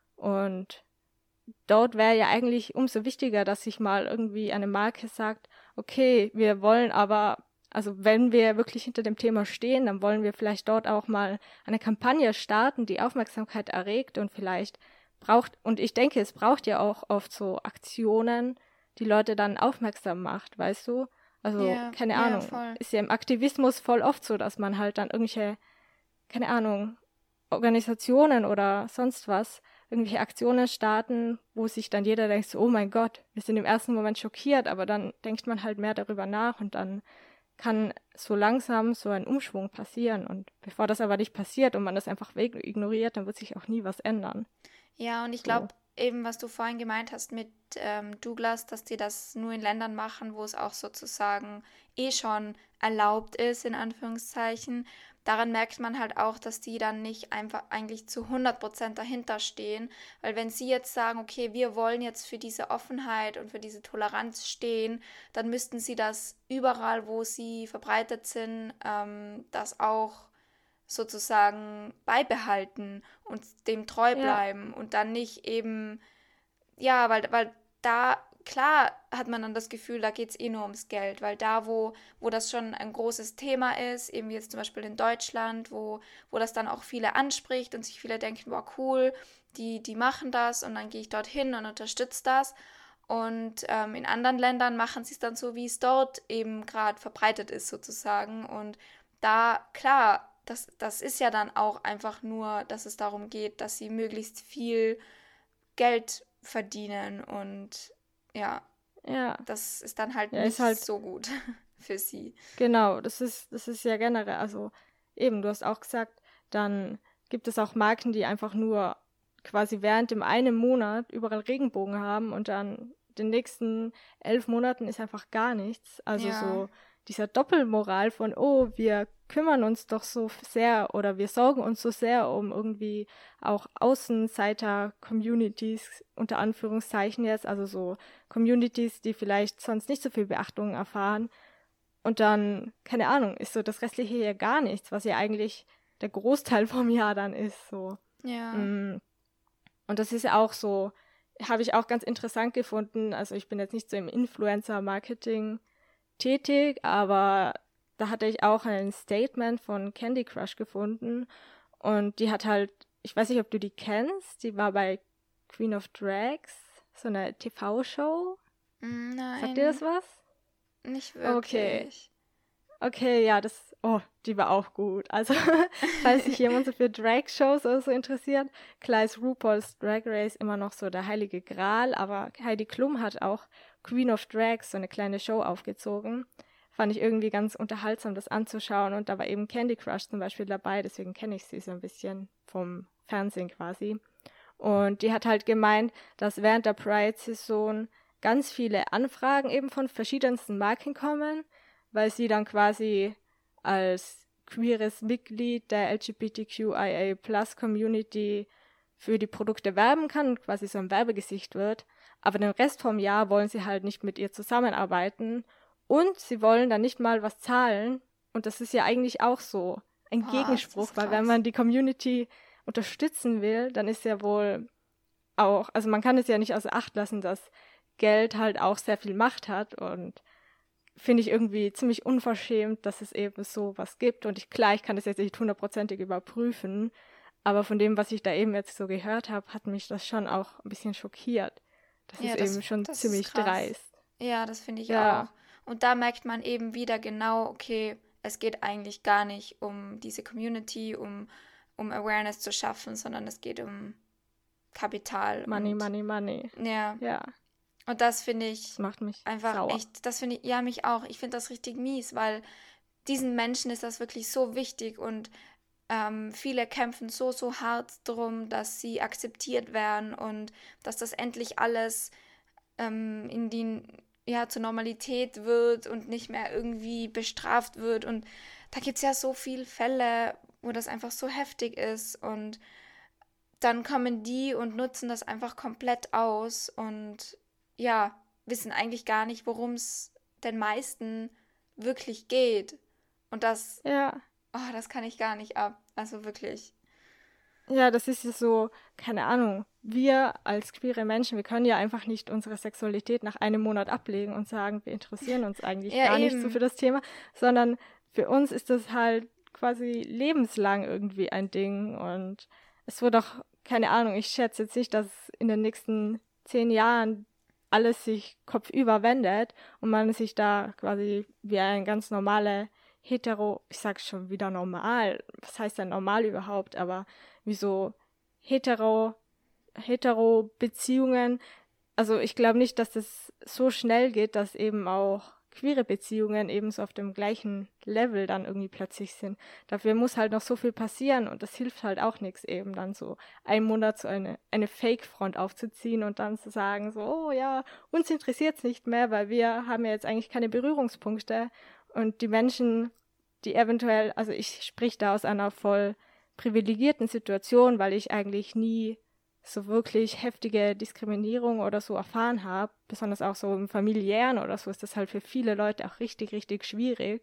und dort wäre ja eigentlich umso wichtiger, dass sich mal irgendwie eine Marke sagt, okay, wir wollen aber, also wenn wir wirklich hinter dem Thema stehen, dann wollen wir vielleicht dort auch mal eine Kampagne starten, die Aufmerksamkeit erregt und vielleicht braucht, und ich denke, es braucht ja auch oft so Aktionen, die Leute dann aufmerksam macht, weißt du? Also, Ja, keine ja, Ahnung, voll. ist ja im Aktivismus voll oft so, dass man halt dann irgendwelche, keine Ahnung, Organisationen oder sonst was, irgendwelche Aktionen starten, wo sich dann jeder denkt, so, oh mein Gott, wir sind im ersten Moment schockiert, aber dann denkt man halt mehr darüber nach und dann kann so langsam so ein Umschwung passieren. Und bevor das aber nicht passiert und man das einfach weg ignoriert, dann wird sich auch nie was ändern. Ja, und ich So. glaube, eben, was du vorhin gemeint hast mit ähm, Douglas, dass die das nur in Ländern machen, wo es auch sozusagen eh schon erlaubt ist, in Anführungszeichen. Daran merkt man halt auch, dass die dann nicht einfach eigentlich zu hundert Prozent dahinter stehen. Weil wenn sie jetzt sagen, okay, wir wollen jetzt für diese Offenheit und für diese Toleranz stehen, dann müssten sie das überall, wo sie verbreitet sind, ähm, das auch sozusagen beibehalten und dem treu bleiben ja. und dann nicht eben, ja, weil, weil da, klar hat man dann das Gefühl, da geht es eh nur ums Geld, weil da, wo, wo das schon ein großes Thema ist, eben jetzt zum Beispiel in Deutschland, wo, wo das dann auch viele anspricht und sich viele denken, boah, cool, die, die machen das und dann gehe ich dorthin und unterstütze das. Und ähm, in anderen Ländern machen sie es dann so, wie es dort eben gerade verbreitet ist sozusagen. Und da, klar, Das, das ist ja dann auch einfach nur, dass es darum geht, dass sie möglichst viel Geld verdienen und ja, ja. das ist dann halt ja, nicht halt, so gut für sie. Genau, das ist, das ist ja generell, also eben, du hast auch gesagt, dann gibt es auch Marken, die einfach nur quasi während dem einen Monat überall Regenbogen haben und dann den nächsten elf Monaten ist einfach gar nichts. Also ja. so dieser Doppelmoral von, oh, wir kümmern uns doch so sehr oder wir sorgen uns so sehr um irgendwie auch Außenseiter-Communities, unter Anführungszeichen jetzt, also so Communities, die vielleicht sonst nicht so viel Beachtung erfahren. Und dann, keine Ahnung, ist so das restliche Jahr gar nichts, was ja eigentlich der Großteil vom Jahr dann ist. So. Ja. Und das ist ja auch so, habe ich auch ganz interessant gefunden. Also ich bin jetzt nicht so im Influencer-Marketing tätig, aber da hatte ich auch ein Statement von Candy Crush gefunden und die hat halt, ich weiß nicht, ob du die kennst, die war bei Queen of Drags, so eine T V-Show. Nein. Sagt dir das was? Nicht wirklich. Okay. Okay, ja, das, oh, die war auch gut. Also, falls sich jemand so für Drag-Shows oder so interessiert, klar ist RuPaul's Drag Race immer noch so der heilige Gral, aber Heidi Klum hat auch Queen of Drags, so eine kleine Show aufgezogen. Fand ich irgendwie ganz unterhaltsam, das anzuschauen. Und da war eben Candy Crush zum Beispiel dabei, deswegen kenne ich sie so ein bisschen vom Fernsehen quasi. Und die hat halt gemeint, dass während der Pride-Saison ganz viele Anfragen eben von verschiedensten Marken kommen, weil sie dann quasi als queeres Mitglied der L G B T Q I A Plus Community für die Produkte werben kann und quasi so ein Werbegesicht wird. Aber den Rest vom Jahr wollen sie halt nicht mit ihr zusammenarbeiten und sie wollen dann nicht mal was zahlen. Und das ist ja eigentlich auch so ein Boah, Gegenspruch, weil wenn man die Community unterstützen will, dann ist ja wohl auch, also man kann es ja nicht außer Acht lassen, dass Geld halt auch sehr viel Macht hat und finde ich irgendwie ziemlich unverschämt, dass es eben so was gibt. Und ich, klar, ich kann das jetzt nicht hundertprozentig überprüfen, aber von dem, was ich da eben jetzt so gehört habe, hat mich das schon auch ein bisschen schockiert. Das ja, ist das, eben schon das ziemlich dreist. Ja, das finde ich ja. auch. Und da merkt man eben wieder genau, okay, es geht eigentlich gar nicht um diese Community, um, um Awareness zu schaffen, sondern es geht um Kapital. Money, und, money, money. Ja. Ja. Und das finde ich das macht mich einfach sauer. echt, das finde ich, ja, mich auch. Ich finde das richtig mies, weil diesen Menschen ist das wirklich so wichtig und ähm, viele kämpfen so, so hart drum, dass sie akzeptiert werden und dass das endlich alles ähm, in die, ja, zur Normalität wird und nicht mehr irgendwie bestraft wird. Und da gibt es ja so viele Fälle, wo das einfach so heftig ist und dann kommen die und nutzen das einfach komplett aus und ja, wissen eigentlich gar nicht, worum es den meisten wirklich geht. Und das, ja. oh, das kann ich gar nicht ab. Also wirklich. Ja, das ist ja so, keine Ahnung, wir als queere Menschen, wir können ja einfach nicht unsere Sexualität nach einem Monat ablegen und sagen, wir interessieren uns eigentlich ja, gar eben. nicht so für das Thema, sondern für uns ist das halt quasi lebenslang irgendwie ein Ding und es wird auch, keine Ahnung, ich schätze jetzt nicht, dass in den nächsten zehn Jahren alles sich kopfüber wendet und man sich da quasi wie ein ganz normale hetero, ich sag schon wieder normal, was heißt denn normal überhaupt, aber wie so hetero, hetero Beziehungen, also ich glaube nicht, dass das so schnell geht, dass eben auch queere Beziehungen eben so auf dem gleichen Level dann irgendwie plötzlich sind. Dafür muss halt noch so viel passieren und das hilft halt auch nichts eben dann so einen Monat so eine, eine Fake-Front aufzuziehen und dann zu sagen so, oh ja, uns interessiert es nicht mehr, weil wir haben ja jetzt eigentlich keine Berührungspunkte und die Menschen, die eventuell, also ich sprich da aus einer voll privilegierten Situation, weil ich eigentlich nie so wirklich heftige Diskriminierung oder so erfahren habe, besonders auch so im familiären oder so, ist das halt für viele Leute auch richtig, richtig schwierig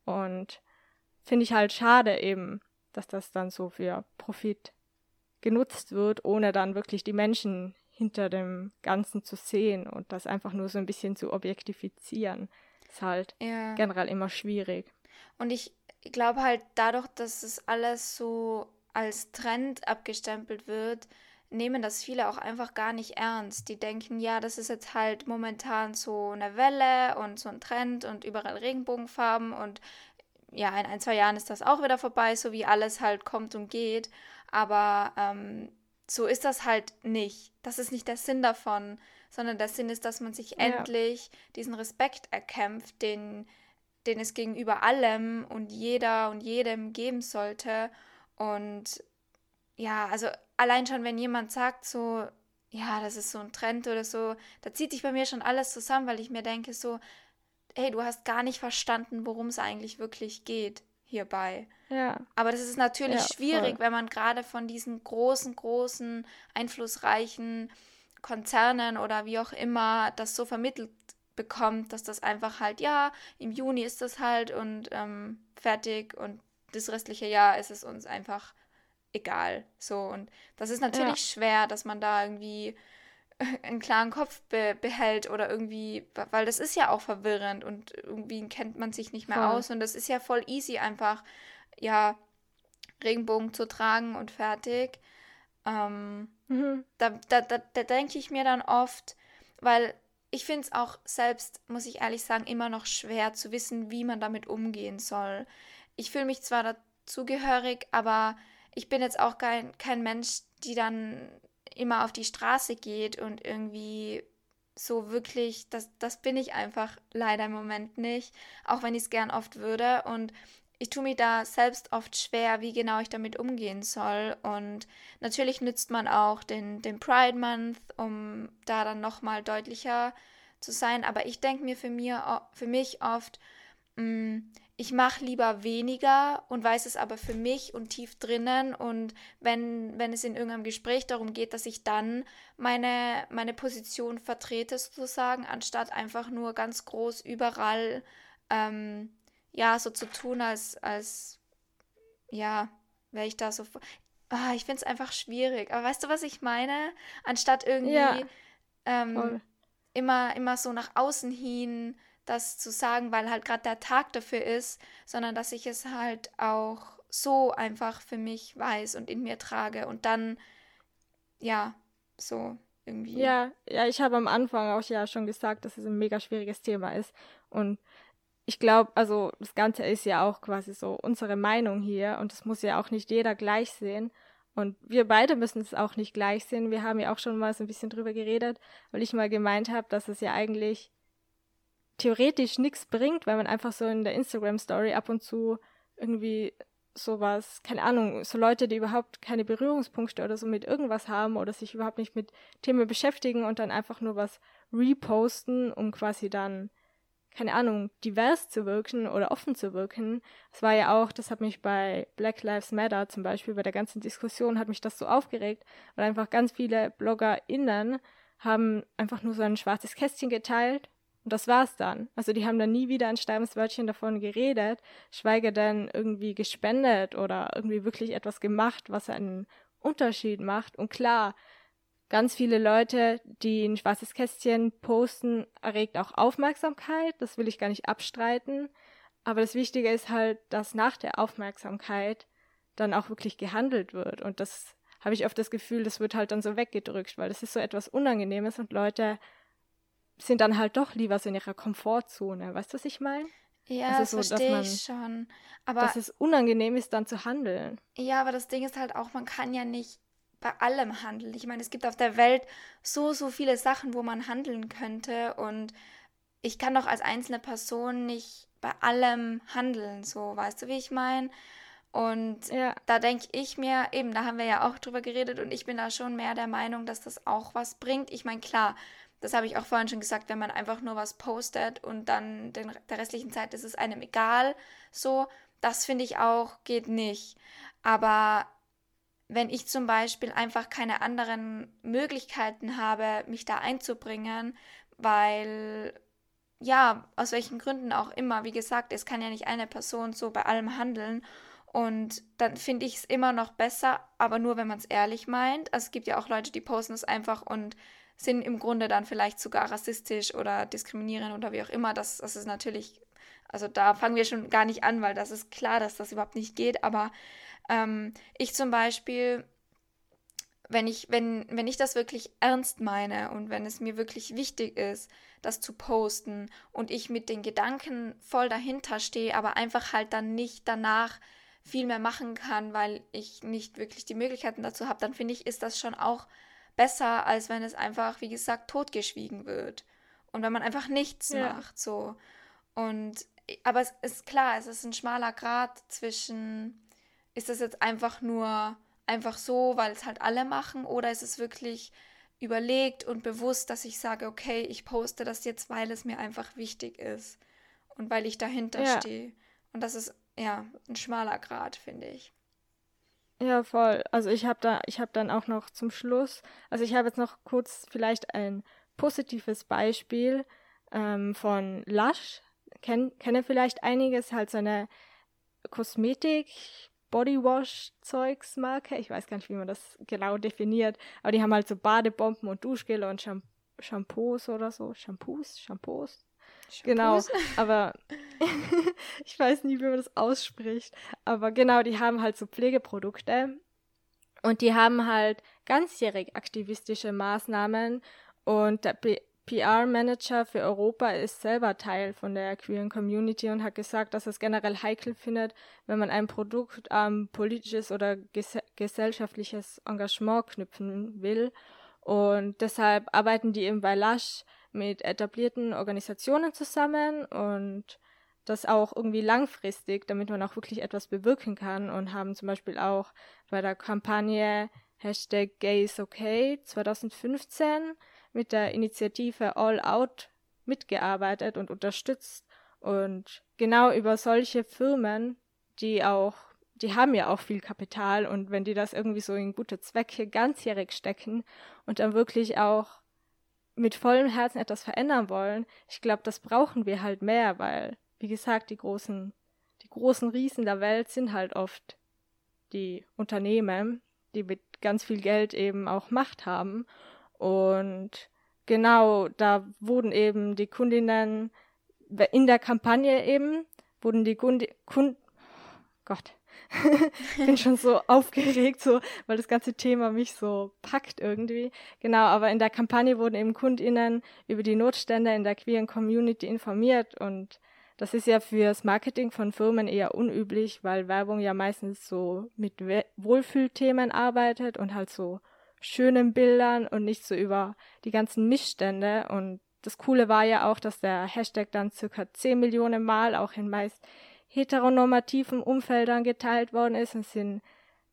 und finde ich halt schade eben, dass das dann so für Profit genutzt wird, ohne dann wirklich die Menschen hinter dem Ganzen zu sehen und das einfach nur so ein bisschen zu objektifizieren, ist halt Ja. generell immer schwierig. Und ich glaube halt dadurch, dass es alles so als Trend abgestempelt wird, nehmen das viele auch einfach gar nicht ernst. Die denken, ja, das ist jetzt halt momentan so eine Welle und so ein Trend und überall Regenbogenfarben und ja, in ein, zwei Jahren ist das auch wieder vorbei, so wie alles halt kommt und geht. Aber ähm, so ist das halt nicht. Das ist nicht der Sinn davon, sondern der Sinn ist, dass man sich Ja. endlich diesen Respekt erkämpft, den, den es gegenüber allem und jeder und jedem geben sollte. Und ja, also allein schon, wenn jemand sagt so, ja, das ist so ein Trend oder so, da zieht sich bei mir schon alles zusammen, weil ich mir denke so, hey, du hast gar nicht verstanden, worum es eigentlich wirklich geht hierbei. Ja, Aber das ist natürlich ja, schwierig, voll. wenn man gerade von diesen großen, großen, einflussreichen Konzernen oder wie auch immer das so vermittelt bekommt, dass das einfach halt, ja, im Juni ist das halt und ähm, fertig und das restliche Jahr ist es uns einfach egal. So, und das ist natürlich Ja, schwer, dass man da irgendwie einen klaren Kopf be behält oder irgendwie, weil das ist ja auch verwirrend und irgendwie kennt man sich nicht mehr voll. aus und das ist ja voll easy einfach, ja, Regenbogen zu tragen und fertig. Ähm, Mhm. da da, da, da denke ich mir dann oft, weil ich finde es auch selbst, muss ich ehrlich sagen, immer noch schwer zu wissen, wie man damit umgehen soll. Ich fühle mich zwar dazugehörig, aber ich bin jetzt auch kein, kein Mensch, die dann immer auf die Straße geht und irgendwie so wirklich, das, das bin ich einfach leider im Moment nicht, auch wenn ich es gern oft würde. Und ich tue mir da selbst oft schwer, wie genau ich damit umgehen soll. Und natürlich nützt man auch den, den Pride Month, um da dann nochmal deutlicher zu sein. Aber ich denke mir für, mir, für mich oft, mh, ich mache lieber weniger und weiß es aber für mich und tief drinnen. Und wenn, wenn es in irgendeinem Gespräch darum geht, dass ich dann meine, meine Position vertrete, sozusagen, anstatt einfach nur ganz groß überall ähm, ja, so zu tun, als, als ja, wäre ich da so. Ah, ich finde es einfach schwierig. Aber weißt du, was ich meine? Anstatt irgendwie Ja, ähm, voll. immer, immer so nach außen hin das zu sagen, weil halt gerade der Tag dafür ist, sondern dass ich es halt auch so einfach für mich weiß und in mir trage und dann, ja, so irgendwie. Ja, ja, ich habe am Anfang auch ja schon gesagt, dass es ein mega schwieriges Thema ist. Und ich glaube, also das Ganze ist ja auch quasi so unsere Meinung hier und das muss ja auch nicht jeder gleich sehen. Und wir beide müssen es auch nicht gleich sehen. Wir haben ja auch schon mal so ein bisschen drüber geredet, weil ich mal gemeint habe, dass es ja eigentlich theoretisch nichts bringt, weil man einfach so in der Instagram-Story ab und zu irgendwie sowas, keine Ahnung, so Leute, die überhaupt keine Berührungspunkte oder so mit irgendwas haben oder sich überhaupt nicht mit Themen beschäftigen und dann einfach nur was reposten, um quasi dann, keine Ahnung, divers zu wirken oder offen zu wirken. Das war ja auch, das hat mich bei Black Lives Matter zum Beispiel, bei der ganzen Diskussion hat mich das so aufgeregt, weil einfach ganz viele BloggerInnen haben einfach nur so ein schwarzes Kästchen geteilt und das war's dann. Also die haben dann nie wieder ein sterbes Wörtchen davon geredet, schweige denn irgendwie gespendet oder irgendwie wirklich etwas gemacht, was einen Unterschied macht. Und klar, ganz viele Leute, die ein schwarzes Kästchen posten, erregt auch Aufmerksamkeit. Das will ich gar nicht abstreiten. Aber das Wichtige ist halt, dass nach der Aufmerksamkeit dann auch wirklich gehandelt wird. Und das habe ich oft das Gefühl, das wird halt dann so weggedrückt, weil das ist so etwas Unangenehmes und Leute sind dann halt doch lieber so in ihrer Komfortzone. Weißt du, was ich meine? Ja, Also das so, dass verstehe man, ich schon. Aber dass es unangenehm ist, dann zu handeln. ja, aber das Ding ist halt auch, man kann ja nicht bei allem handeln. Ich meine, es gibt auf der Welt so, so viele Sachen, wo man handeln könnte und ich kann doch als einzelne Person nicht bei allem handeln, so, weißt du, wie ich meine? Und Ja, da denke ich mir, eben, da haben wir ja auch drüber geredet und ich bin da schon mehr der Meinung, dass das auch was bringt. Ich meine, klar, das habe ich auch vorhin schon gesagt, wenn man einfach nur was postet und dann den, der restlichen Zeit ist es einem egal, so, das finde ich auch, geht nicht. Aber wenn ich zum Beispiel einfach keine anderen Möglichkeiten habe, mich da einzubringen, weil, ja, aus welchen Gründen auch immer, wie gesagt, es kann ja nicht eine Person so bei allem handeln und dann finde ich es immer noch besser, aber nur, wenn man es ehrlich meint. Also es gibt ja auch Leute, die posten es einfach und sind im Grunde dann vielleicht sogar rassistisch oder diskriminierend oder wie auch immer. Das, das ist natürlich, also da fangen wir schon gar nicht an, weil das ist klar, dass das überhaupt nicht geht, aber ähm, ich zum Beispiel, wenn ich, wenn, wenn ich das wirklich ernst meine und wenn es mir wirklich wichtig ist, das zu posten und ich mit den Gedanken voll dahinter stehe, aber einfach halt dann nicht danach viel mehr machen kann, weil ich nicht wirklich die Möglichkeiten dazu habe, dann finde ich, ist das schon auch besser, als wenn es einfach, wie gesagt, totgeschwiegen wird. Und wenn man einfach nichts ja, macht, so. Und, aber es ist klar, es ist ein schmaler Grat zwischen, ist das jetzt einfach nur einfach so, weil es halt alle machen, oder ist es wirklich überlegt und bewusst, dass ich sage, okay, ich poste das jetzt, weil es mir einfach wichtig ist und weil ich dahinter ja, stehe. Und das ist, ja, ein schmaler Grat, finde ich. ja, voll. Also ich habe da, ich habe dann auch noch zum Schluss, also ich habe jetzt noch kurz vielleicht ein positives Beispiel ähm, von Lush. Ken, kenne vielleicht einiges, halt so eine Kosmetik, Bodywash-Zeugsmarke. Ich weiß gar nicht, wie man das genau definiert, aber die haben halt so Badebomben und Duschgel und Shampoo, Shampoos oder so. Shampoos? Shampoos? Genau, Shampoos? aber ich weiß nicht, wie man das ausspricht. Aber genau, die haben halt so Pflegeprodukte und die haben halt ganzjährig aktivistische Maßnahmen und der P R-Manager für Europa ist selber Teil von der queeren Community und hat gesagt, dass er es generell heikel findet, wenn man ein Produkt an politisches oder ges gesellschaftliches Engagement knüpfen will. Und deshalb arbeiten die eben bei Lush mit etablierten Organisationen zusammen und das auch irgendwie langfristig, damit man auch wirklich etwas bewirken kann und haben zum Beispiel auch bei der Kampagne Hashtag GayIsOkay zwanzig fünfzehn mit der Initiative All Out mitgearbeitet und unterstützt und genau über solche Firmen, die auch, die haben ja auch viel Kapital und wenn die das irgendwie so in gute Zwecke ganzjährig stecken und dann wirklich auch mit vollem Herzen etwas verändern wollen, ich glaube, das brauchen wir halt mehr, weil, wie gesagt, die großen, die großen Riesen der Welt sind halt oft die Unternehmen, die mit ganz viel Geld eben auch Macht haben. Und genau, da wurden eben die Kundinnen, in der Kampagne eben, wurden die Kunden, Kund, Gott, ich bin schon so aufgeregt, so, weil das ganze Thema mich so packt irgendwie. Genau, aber in der Kampagne wurden eben KundInnen über die Notstände in der queeren Community informiert und das ist ja fürs Marketing von Firmen eher unüblich, weil Werbung ja meistens so mit We- Wohlfühlthemen arbeitet und halt so schönen Bildern und nicht so über die ganzen Missstände. Und das Coole war ja auch, dass der Hashtag dann circa zehn Millionen Mal auch in meist heteronormativen Umfeldern geteilt worden ist. Es sind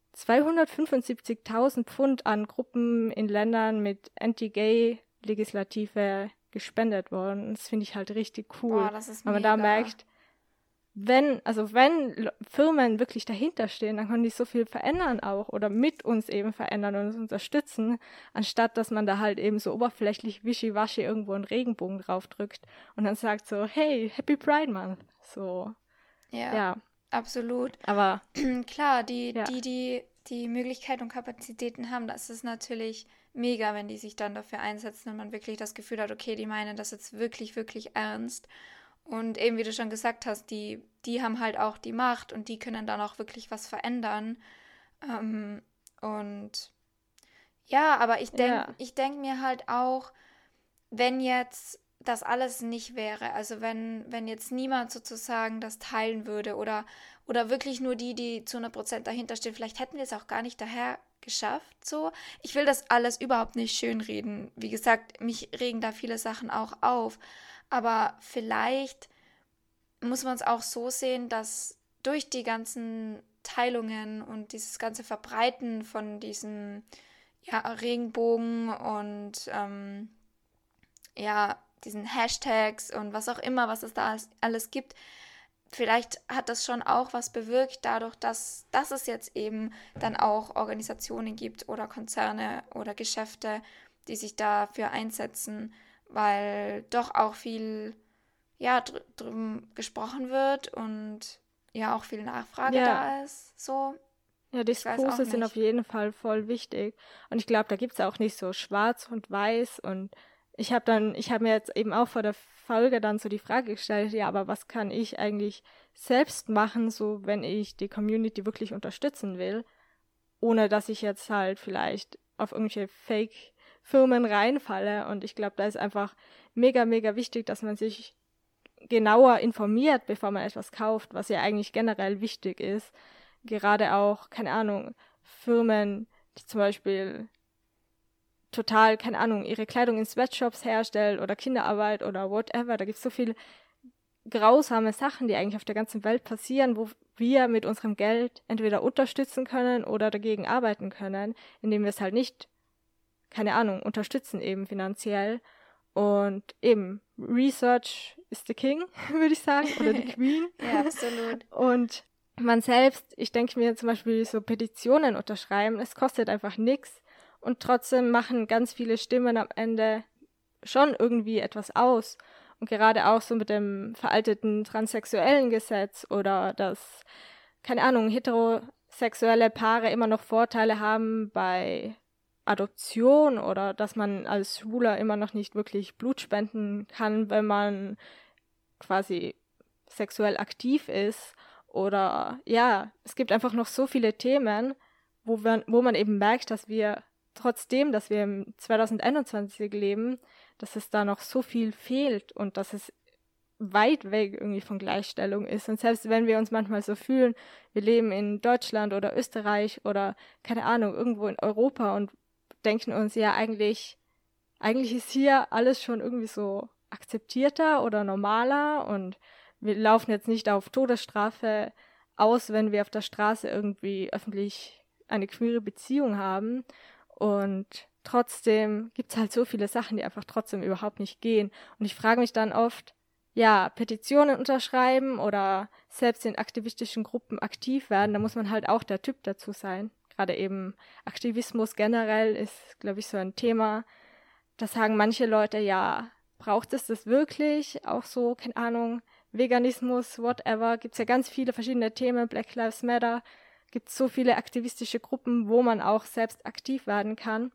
zweihundertfünfundsiebzigtausend Pfund an Gruppen in Ländern mit Anti-Gay-Legislative gespendet worden. Das finde ich halt richtig cool. Boah, das ist weil man da mega. merkt, wenn, also wenn L- Firmen wirklich dahinter stehen, dann können die so viel verändern auch oder mit uns eben verändern und uns unterstützen, anstatt dass man da halt eben so oberflächlich wischiwaschi irgendwo einen Regenbogen draufdrückt und dann sagt so, hey, Happy Pride Month. So, Ja, ja, absolut. aber Klar, die, ja, die, die die Möglichkeit und Kapazitäten haben, das ist natürlich mega, wenn die sich dann dafür einsetzen und man wirklich das Gefühl hat, okay, die meinen das jetzt wirklich, wirklich ernst. Und eben, wie du schon gesagt hast, die, die haben halt auch die Macht und die können dann auch wirklich was verändern. Ähm, und ja, aber ich denke, ja, ich denk mir halt auch, wenn jetzt das alles nicht wäre, also wenn, wenn jetzt niemand sozusagen das teilen würde oder, oder wirklich nur die, die zu hundert Prozent dahinter stehen, vielleicht hätten wir es auch gar nicht daher geschafft, so. Ich will das alles überhaupt nicht schönreden. Wie gesagt, mich regen da viele Sachen auch auf. Aber vielleicht muss man es auch so sehen, dass durch die ganzen Teilungen und dieses ganze Verbreiten von diesen ja, Regenbogen und ähm, ja, diesen Hashtags und was auch immer, was es da alles gibt, vielleicht hat das schon auch was bewirkt, dadurch, dass, dass es jetzt eben dann auch Organisationen gibt oder Konzerne oder Geschäfte, die sich dafür einsetzen, weil doch auch viel ja, dr- drüben gesprochen wird und ja auch viel Nachfrage Ja, da ist. So, ja, ich weiß auch Diskurse sind auf nicht. jeden Fall voll wichtig. Und ich glaube, da gibt es auch nicht so schwarz und weiß. Und ich habe dann, ich habe mir jetzt eben auch vor der Folge dann so die Frage gestellt, ja, aber was kann ich eigentlich selbst machen, so wenn ich die Community wirklich unterstützen will, ohne dass ich jetzt halt vielleicht auf irgendwelche Fake-Firmen reinfalle. Und ich glaube, da ist einfach mega, mega wichtig, dass man sich genauer informiert, bevor man etwas kauft, was ja eigentlich generell wichtig ist. Gerade auch, keine Ahnung, Firmen, die zum Beispiel total, keine Ahnung, ihre Kleidung in Sweatshops herstellen oder Kinderarbeit oder whatever. Da gibt es so viele grausame Sachen, die eigentlich auf der ganzen Welt passieren, wo wir mit unserem Geld entweder unterstützen können oder dagegen arbeiten können, indem wir es halt nicht, keine Ahnung, unterstützen eben finanziell. Und eben, Research is the king, würde ich sagen, oder die Queen. Ja, absolut. Und man selbst, ich denke mir zum Beispiel so Petitionen unterschreiben, es kostet einfach nichts. Und trotzdem machen ganz viele Stimmen am Ende schon irgendwie etwas aus. Und gerade auch so mit dem veralteten transsexuellen Gesetz oder dass, keine Ahnung, heterosexuelle Paare immer noch Vorteile haben bei Adoption oder dass man als Schwuler immer noch nicht wirklich Blut spenden kann, wenn man quasi sexuell aktiv ist. Oder ja, es gibt einfach noch so viele Themen, wo, wir, wo man eben merkt, dass wir trotzdem, dass wir im zwanzig einundzwanzig leben, dass es da noch so viel fehlt und dass es weit weg irgendwie von Gleichstellung ist. Und selbst wenn wir uns manchmal so fühlen, wir leben in Deutschland oder Österreich oder, keine Ahnung, irgendwo in Europa und denken uns, ja, eigentlich, eigentlich ist hier alles schon irgendwie so akzeptierter oder normaler und wir laufen jetzt nicht auf Todesstrafe aus, wenn wir auf der Straße irgendwie öffentlich eine queere Beziehung haben. Und trotzdem gibt es halt so viele Sachen, die einfach trotzdem überhaupt nicht gehen. Und ich frage mich dann oft, ja, Petitionen unterschreiben oder selbst in aktivistischen Gruppen aktiv werden, da muss man halt auch der Typ dazu sein. Gerade eben Aktivismus generell ist, glaube ich, so ein Thema. Da sagen manche Leute, ja, braucht es das wirklich? Auch so, keine Ahnung, Veganismus, whatever. Gibt es ja ganz viele verschiedene Themen, Black Lives Matter. Gibt es so viele aktivistische Gruppen, wo man auch selbst aktiv werden kann.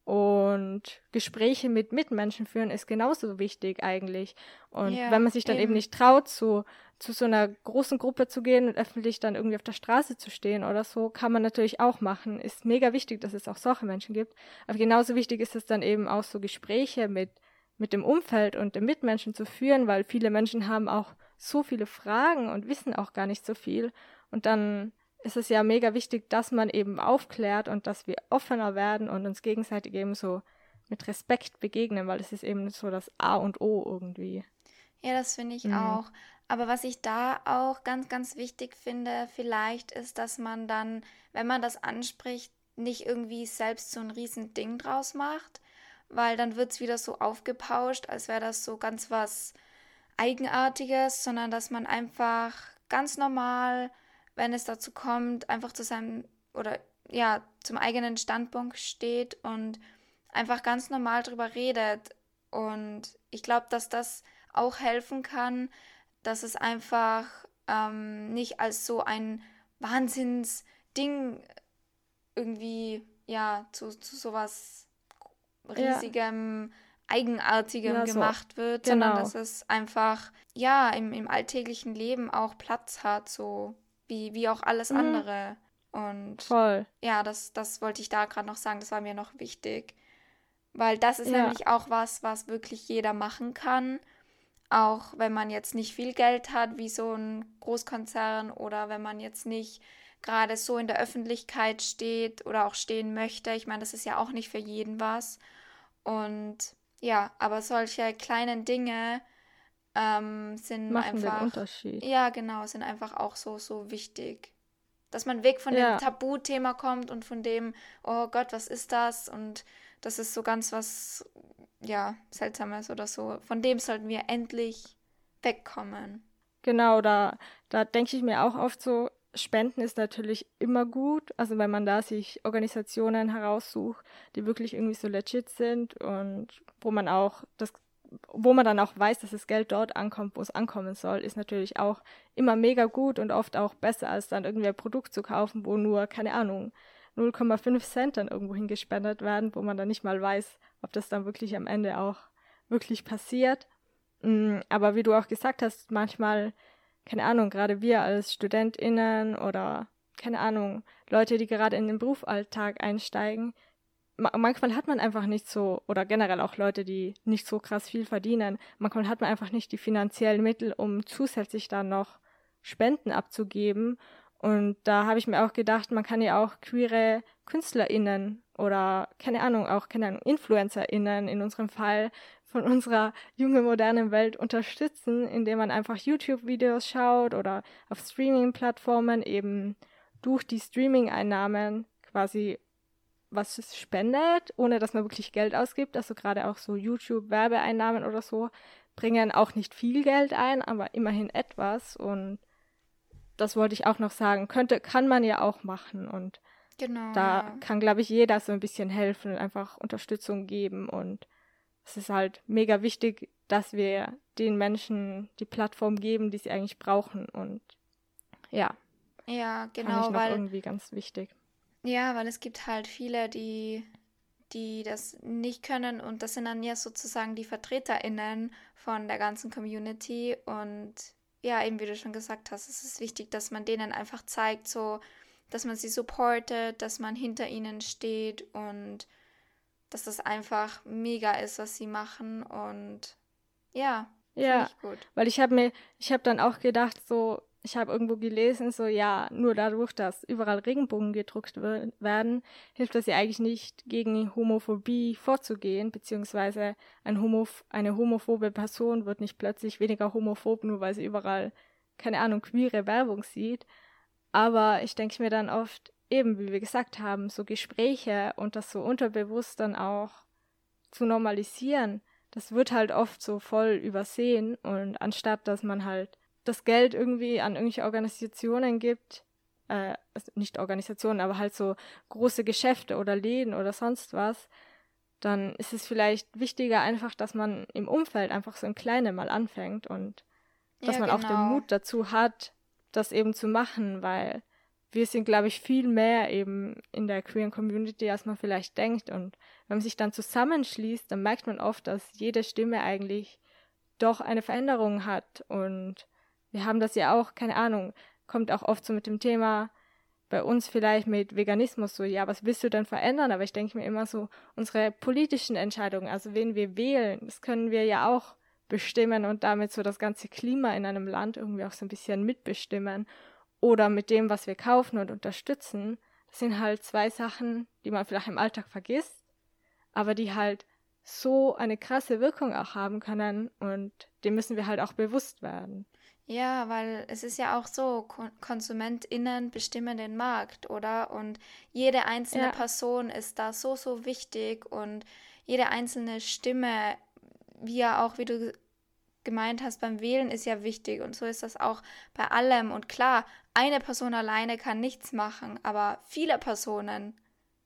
Und Gespräche mit Mitmenschen führen ist genauso wichtig eigentlich. Und Ja, wenn man sich dann eben, eben. nicht traut, zu, zu so einer großen Gruppe zu gehen und öffentlich dann irgendwie auf der Straße zu stehen oder so, kann man natürlich auch machen. Ist mega wichtig, dass es auch solche Menschen gibt. Aber genauso wichtig ist es dann eben auch so Gespräche mit, mit dem Umfeld und den Mitmenschen zu führen, weil viele Menschen haben auch so viele Fragen und wissen auch gar nicht so viel. Und dann ist es ja mega wichtig, dass man eben aufklärt und dass wir offener werden und uns gegenseitig eben so mit Respekt begegnen, weil es ist eben so das A und O irgendwie. Ja, das finde ich Mhm. auch. Aber was ich da auch ganz, ganz wichtig finde, vielleicht ist, dass man dann, wenn man das anspricht, nicht irgendwie selbst so ein riesen Ding draus macht, weil dann wird es wieder so aufgepauscht, als wäre das so ganz was Eigenartiges, sondern dass man einfach ganz normal, wenn es dazu kommt, einfach zu seinem oder ja, zum eigenen Standpunkt steht und einfach ganz normal drüber redet. Und ich glaube, dass das auch helfen kann, dass es einfach ähm, nicht als so ein Wahnsinnsding irgendwie ja zu, zu sowas Ja, riesigem, eigenartigem ja, so, gemacht wird, sondern genau. dass es einfach ja im, im alltäglichen Leben auch Platz hat, so wie, wie auch alles Mhm, andere. Und voll. ja, das, das wollte ich da gerade noch sagen, das war mir noch wichtig. Weil das ist Ja, nämlich auch was, was wirklich jeder machen kann. Auch wenn man jetzt nicht viel Geld hat, wie so ein Großkonzern, oder wenn man jetzt nicht gerade so in der Öffentlichkeit steht oder auch stehen möchte. Ich meine, das ist ja auch nicht für jeden was. Und ja, aber solche kleinen Dinge ähm, sind Machen den einfach, Unterschied. ja genau, sind einfach auch so, so wichtig. Dass man weg von Ja. dem Tabuthema kommt und von dem, oh Gott, was ist das? Und das ist so ganz was, ja, Seltsames oder so. Von dem sollten wir endlich wegkommen. Genau, da, da denke ich mir auch oft so, Spenden ist natürlich immer gut, also wenn man da sich Organisationen heraussucht, die wirklich irgendwie so legit sind und wo man auch das, wo man dann auch weiß, dass das Geld dort ankommt, wo es ankommen soll, ist natürlich auch immer mega gut und oft auch besser, als dann irgendwie ein Produkt zu kaufen, wo nur, keine Ahnung, null Komma fünf Cent dann irgendwo hingespendet werden, wo man dann nicht mal weiß, ob das dann wirklich am Ende auch wirklich passiert. Mm, Aber wie du auch gesagt hast, manchmal, keine Ahnung, gerade wir als StudentInnen oder, keine Ahnung, Leute, die gerade in den Berufsalltag einsteigen, ma- manchmal hat man einfach nicht so, oder generell auch Leute, die nicht so krass viel verdienen, manchmal hat man einfach nicht die finanziellen Mittel, um zusätzlich dann noch Spenden abzugeben. Und da habe ich mir auch gedacht, man kann ja auch queere KünstlerInnen oder, keine Ahnung, auch, keine Ahnung, InfluencerInnen in unserem Fall von unserer jungen, modernen Welt unterstützen, indem man einfach YouTube-Videos schaut oder auf Streaming-Plattformen eben durch die Streaming-Einnahmen quasi was es spendet, ohne dass man wirklich Geld ausgibt. Also gerade auch so YouTube-Werbeeinnahmen oder so bringen auch nicht viel Geld ein, aber immerhin etwas. Und das wollte ich auch noch sagen. Könnte, kann man ja auch machen. Und Genau, da ja. kann, glaube ich, jeder so ein bisschen helfen und einfach Unterstützung geben. Und es ist halt mega wichtig, dass wir den Menschen die Plattform geben, die sie eigentlich brauchen. Und ja, Ja, fand ich genau, noch weil, irgendwie ganz wichtig. ja, weil es gibt halt viele, die, die das nicht können und das sind dann ja sozusagen die VertreterInnen von der ganzen Community und ja, eben wie du schon gesagt hast, es ist wichtig, dass man denen einfach zeigt, so, dass man sie supportet, dass man hinter ihnen steht und dass das einfach mega ist, was sie machen und ja, finde Ja, ich gut. weil ich habe mir, ich habe dann auch gedacht, so, ich habe irgendwo gelesen, so, ja, nur dadurch, dass überall Regenbogen gedruckt wer- werden, hilft das ja eigentlich nicht, gegen Homophobie vorzugehen, beziehungsweise ein Homoph eine homophobe Person wird nicht plötzlich weniger homophob, nur weil sie überall, keine Ahnung, queere Werbung sieht. Aber ich denke mir dann oft, eben, wie wir gesagt haben, so Gespräche und das so unterbewusst dann auch zu normalisieren, das wird halt oft so voll übersehen und anstatt, dass man halt das Geld irgendwie an irgendwelche Organisationen gibt, äh, also nicht Organisationen, aber halt so große Geschäfte oder Läden oder sonst was, dann ist es vielleicht wichtiger einfach, dass man im Umfeld einfach so im Kleinen mal anfängt und dass Ja, man auch den genau. Mut dazu hat, das eben zu machen, weil wir sind, glaube ich, viel mehr eben in der queeren Community, als man vielleicht denkt. Und wenn man sich dann zusammenschließt, dann merkt man oft, dass jede Stimme eigentlich doch eine Veränderung hat. Und wir haben das ja auch, keine Ahnung, kommt auch oft so mit dem Thema bei uns vielleicht mit Veganismus so, ja, was willst du denn verändern? Aber ich denke mir immer so, unsere politischen Entscheidungen, also wen wir wählen, das können wir ja auch bestimmen und damit so das ganze Klima in einem Land irgendwie auch so ein bisschen mitbestimmen. Oder mit dem, was wir kaufen und unterstützen. Das sind halt zwei Sachen, die man vielleicht im Alltag vergisst, aber die halt so eine krasse Wirkung auch haben können und dem müssen wir halt auch bewusst werden. Ja, weil es ist ja auch so, Kon KonsumentInnen bestimmen den Markt, oder? Und jede einzelne Ja, Person ist da so, so wichtig und jede einzelne Stimme, wie ja auch, wie du ge- gemeint hast, beim Wählen ist ja wichtig und so ist das auch bei allem. Und klar, eine Person alleine kann nichts machen, aber viele Personen,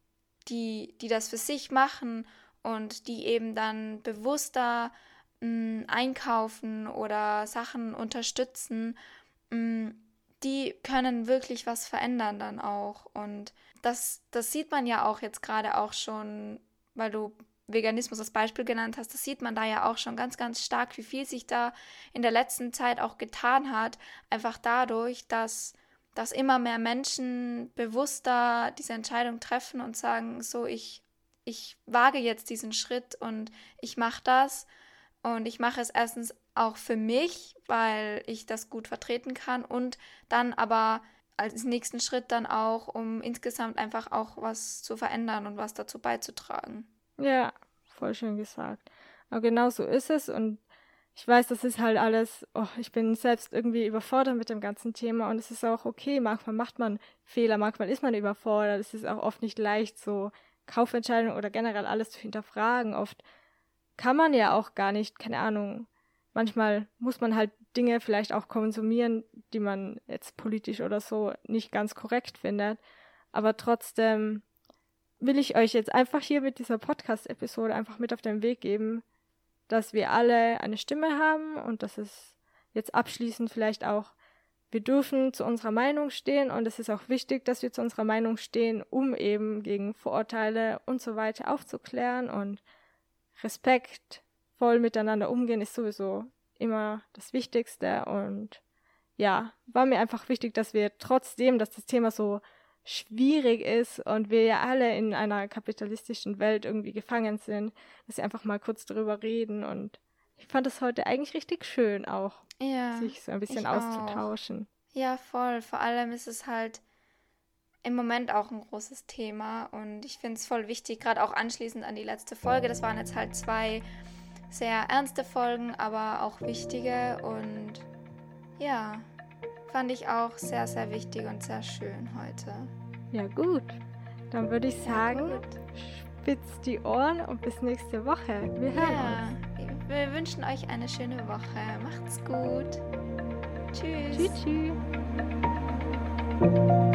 die, die das für sich machen und die eben dann bewusster mh, einkaufen oder Sachen unterstützen, mh, die können wirklich was verändern dann auch. Und das, das sieht man ja auch jetzt gerade auch schon, weil du Veganismus als Beispiel genannt hast, das sieht man da ja auch schon ganz, ganz stark, wie viel sich da in der letzten Zeit auch getan hat, einfach dadurch, dass dass immer mehr Menschen bewusster diese Entscheidung treffen und sagen, so, ich, ich wage jetzt diesen Schritt und ich mache das. Und ich mache es erstens auch für mich, weil ich das gut vertreten kann und dann aber als nächsten Schritt dann auch, um insgesamt einfach auch was zu verändern und was dazu beizutragen. ja, voll schön gesagt. Aber genau so ist es und ich weiß, das ist halt alles, oh, ich bin selbst irgendwie überfordert mit dem ganzen Thema und es ist auch okay, manchmal macht man Fehler, manchmal ist man überfordert, es ist auch oft nicht leicht, so Kaufentscheidungen oder generell alles zu hinterfragen. Oft kann man ja auch gar nicht, keine Ahnung, manchmal muss man halt Dinge vielleicht auch konsumieren, die man jetzt politisch oder so nicht ganz korrekt findet, aber trotzdem will ich euch jetzt einfach hier mit dieser Podcast-Episode einfach mit auf den Weg geben, dass wir alle eine Stimme haben und dass es jetzt abschließend vielleicht auch, wir dürfen zu unserer Meinung stehen und es ist auch wichtig, dass wir zu unserer Meinung stehen, um eben gegen Vorurteile und so weiter aufzuklären und respektvoll miteinander umgehen ist sowieso immer das Wichtigste und ja, war mir einfach wichtig, dass wir trotzdem, dass das Thema so schwierig ist und wir ja alle in einer kapitalistischen Welt irgendwie gefangen sind, dass wir einfach mal kurz darüber reden und ich fand es heute eigentlich richtig schön auch, Ja, sich so ein bisschen ich auszutauschen. Ja, voll. Vor allem ist es halt im Moment auch ein großes Thema und ich finde es voll wichtig, gerade auch anschließend an die letzte Folge. Das waren jetzt halt zwei sehr ernste Folgen, aber auch wichtige und ja, fand ich auch sehr, sehr wichtig und sehr schön heute. Ja gut, dann würde ich Ja, sagen, gut. spitzt die Ohren und bis nächste Woche. Wir hören Ja, uns. wir wünschen euch eine schöne Woche. Macht's gut. Tschüss. Tschüss, tschüss.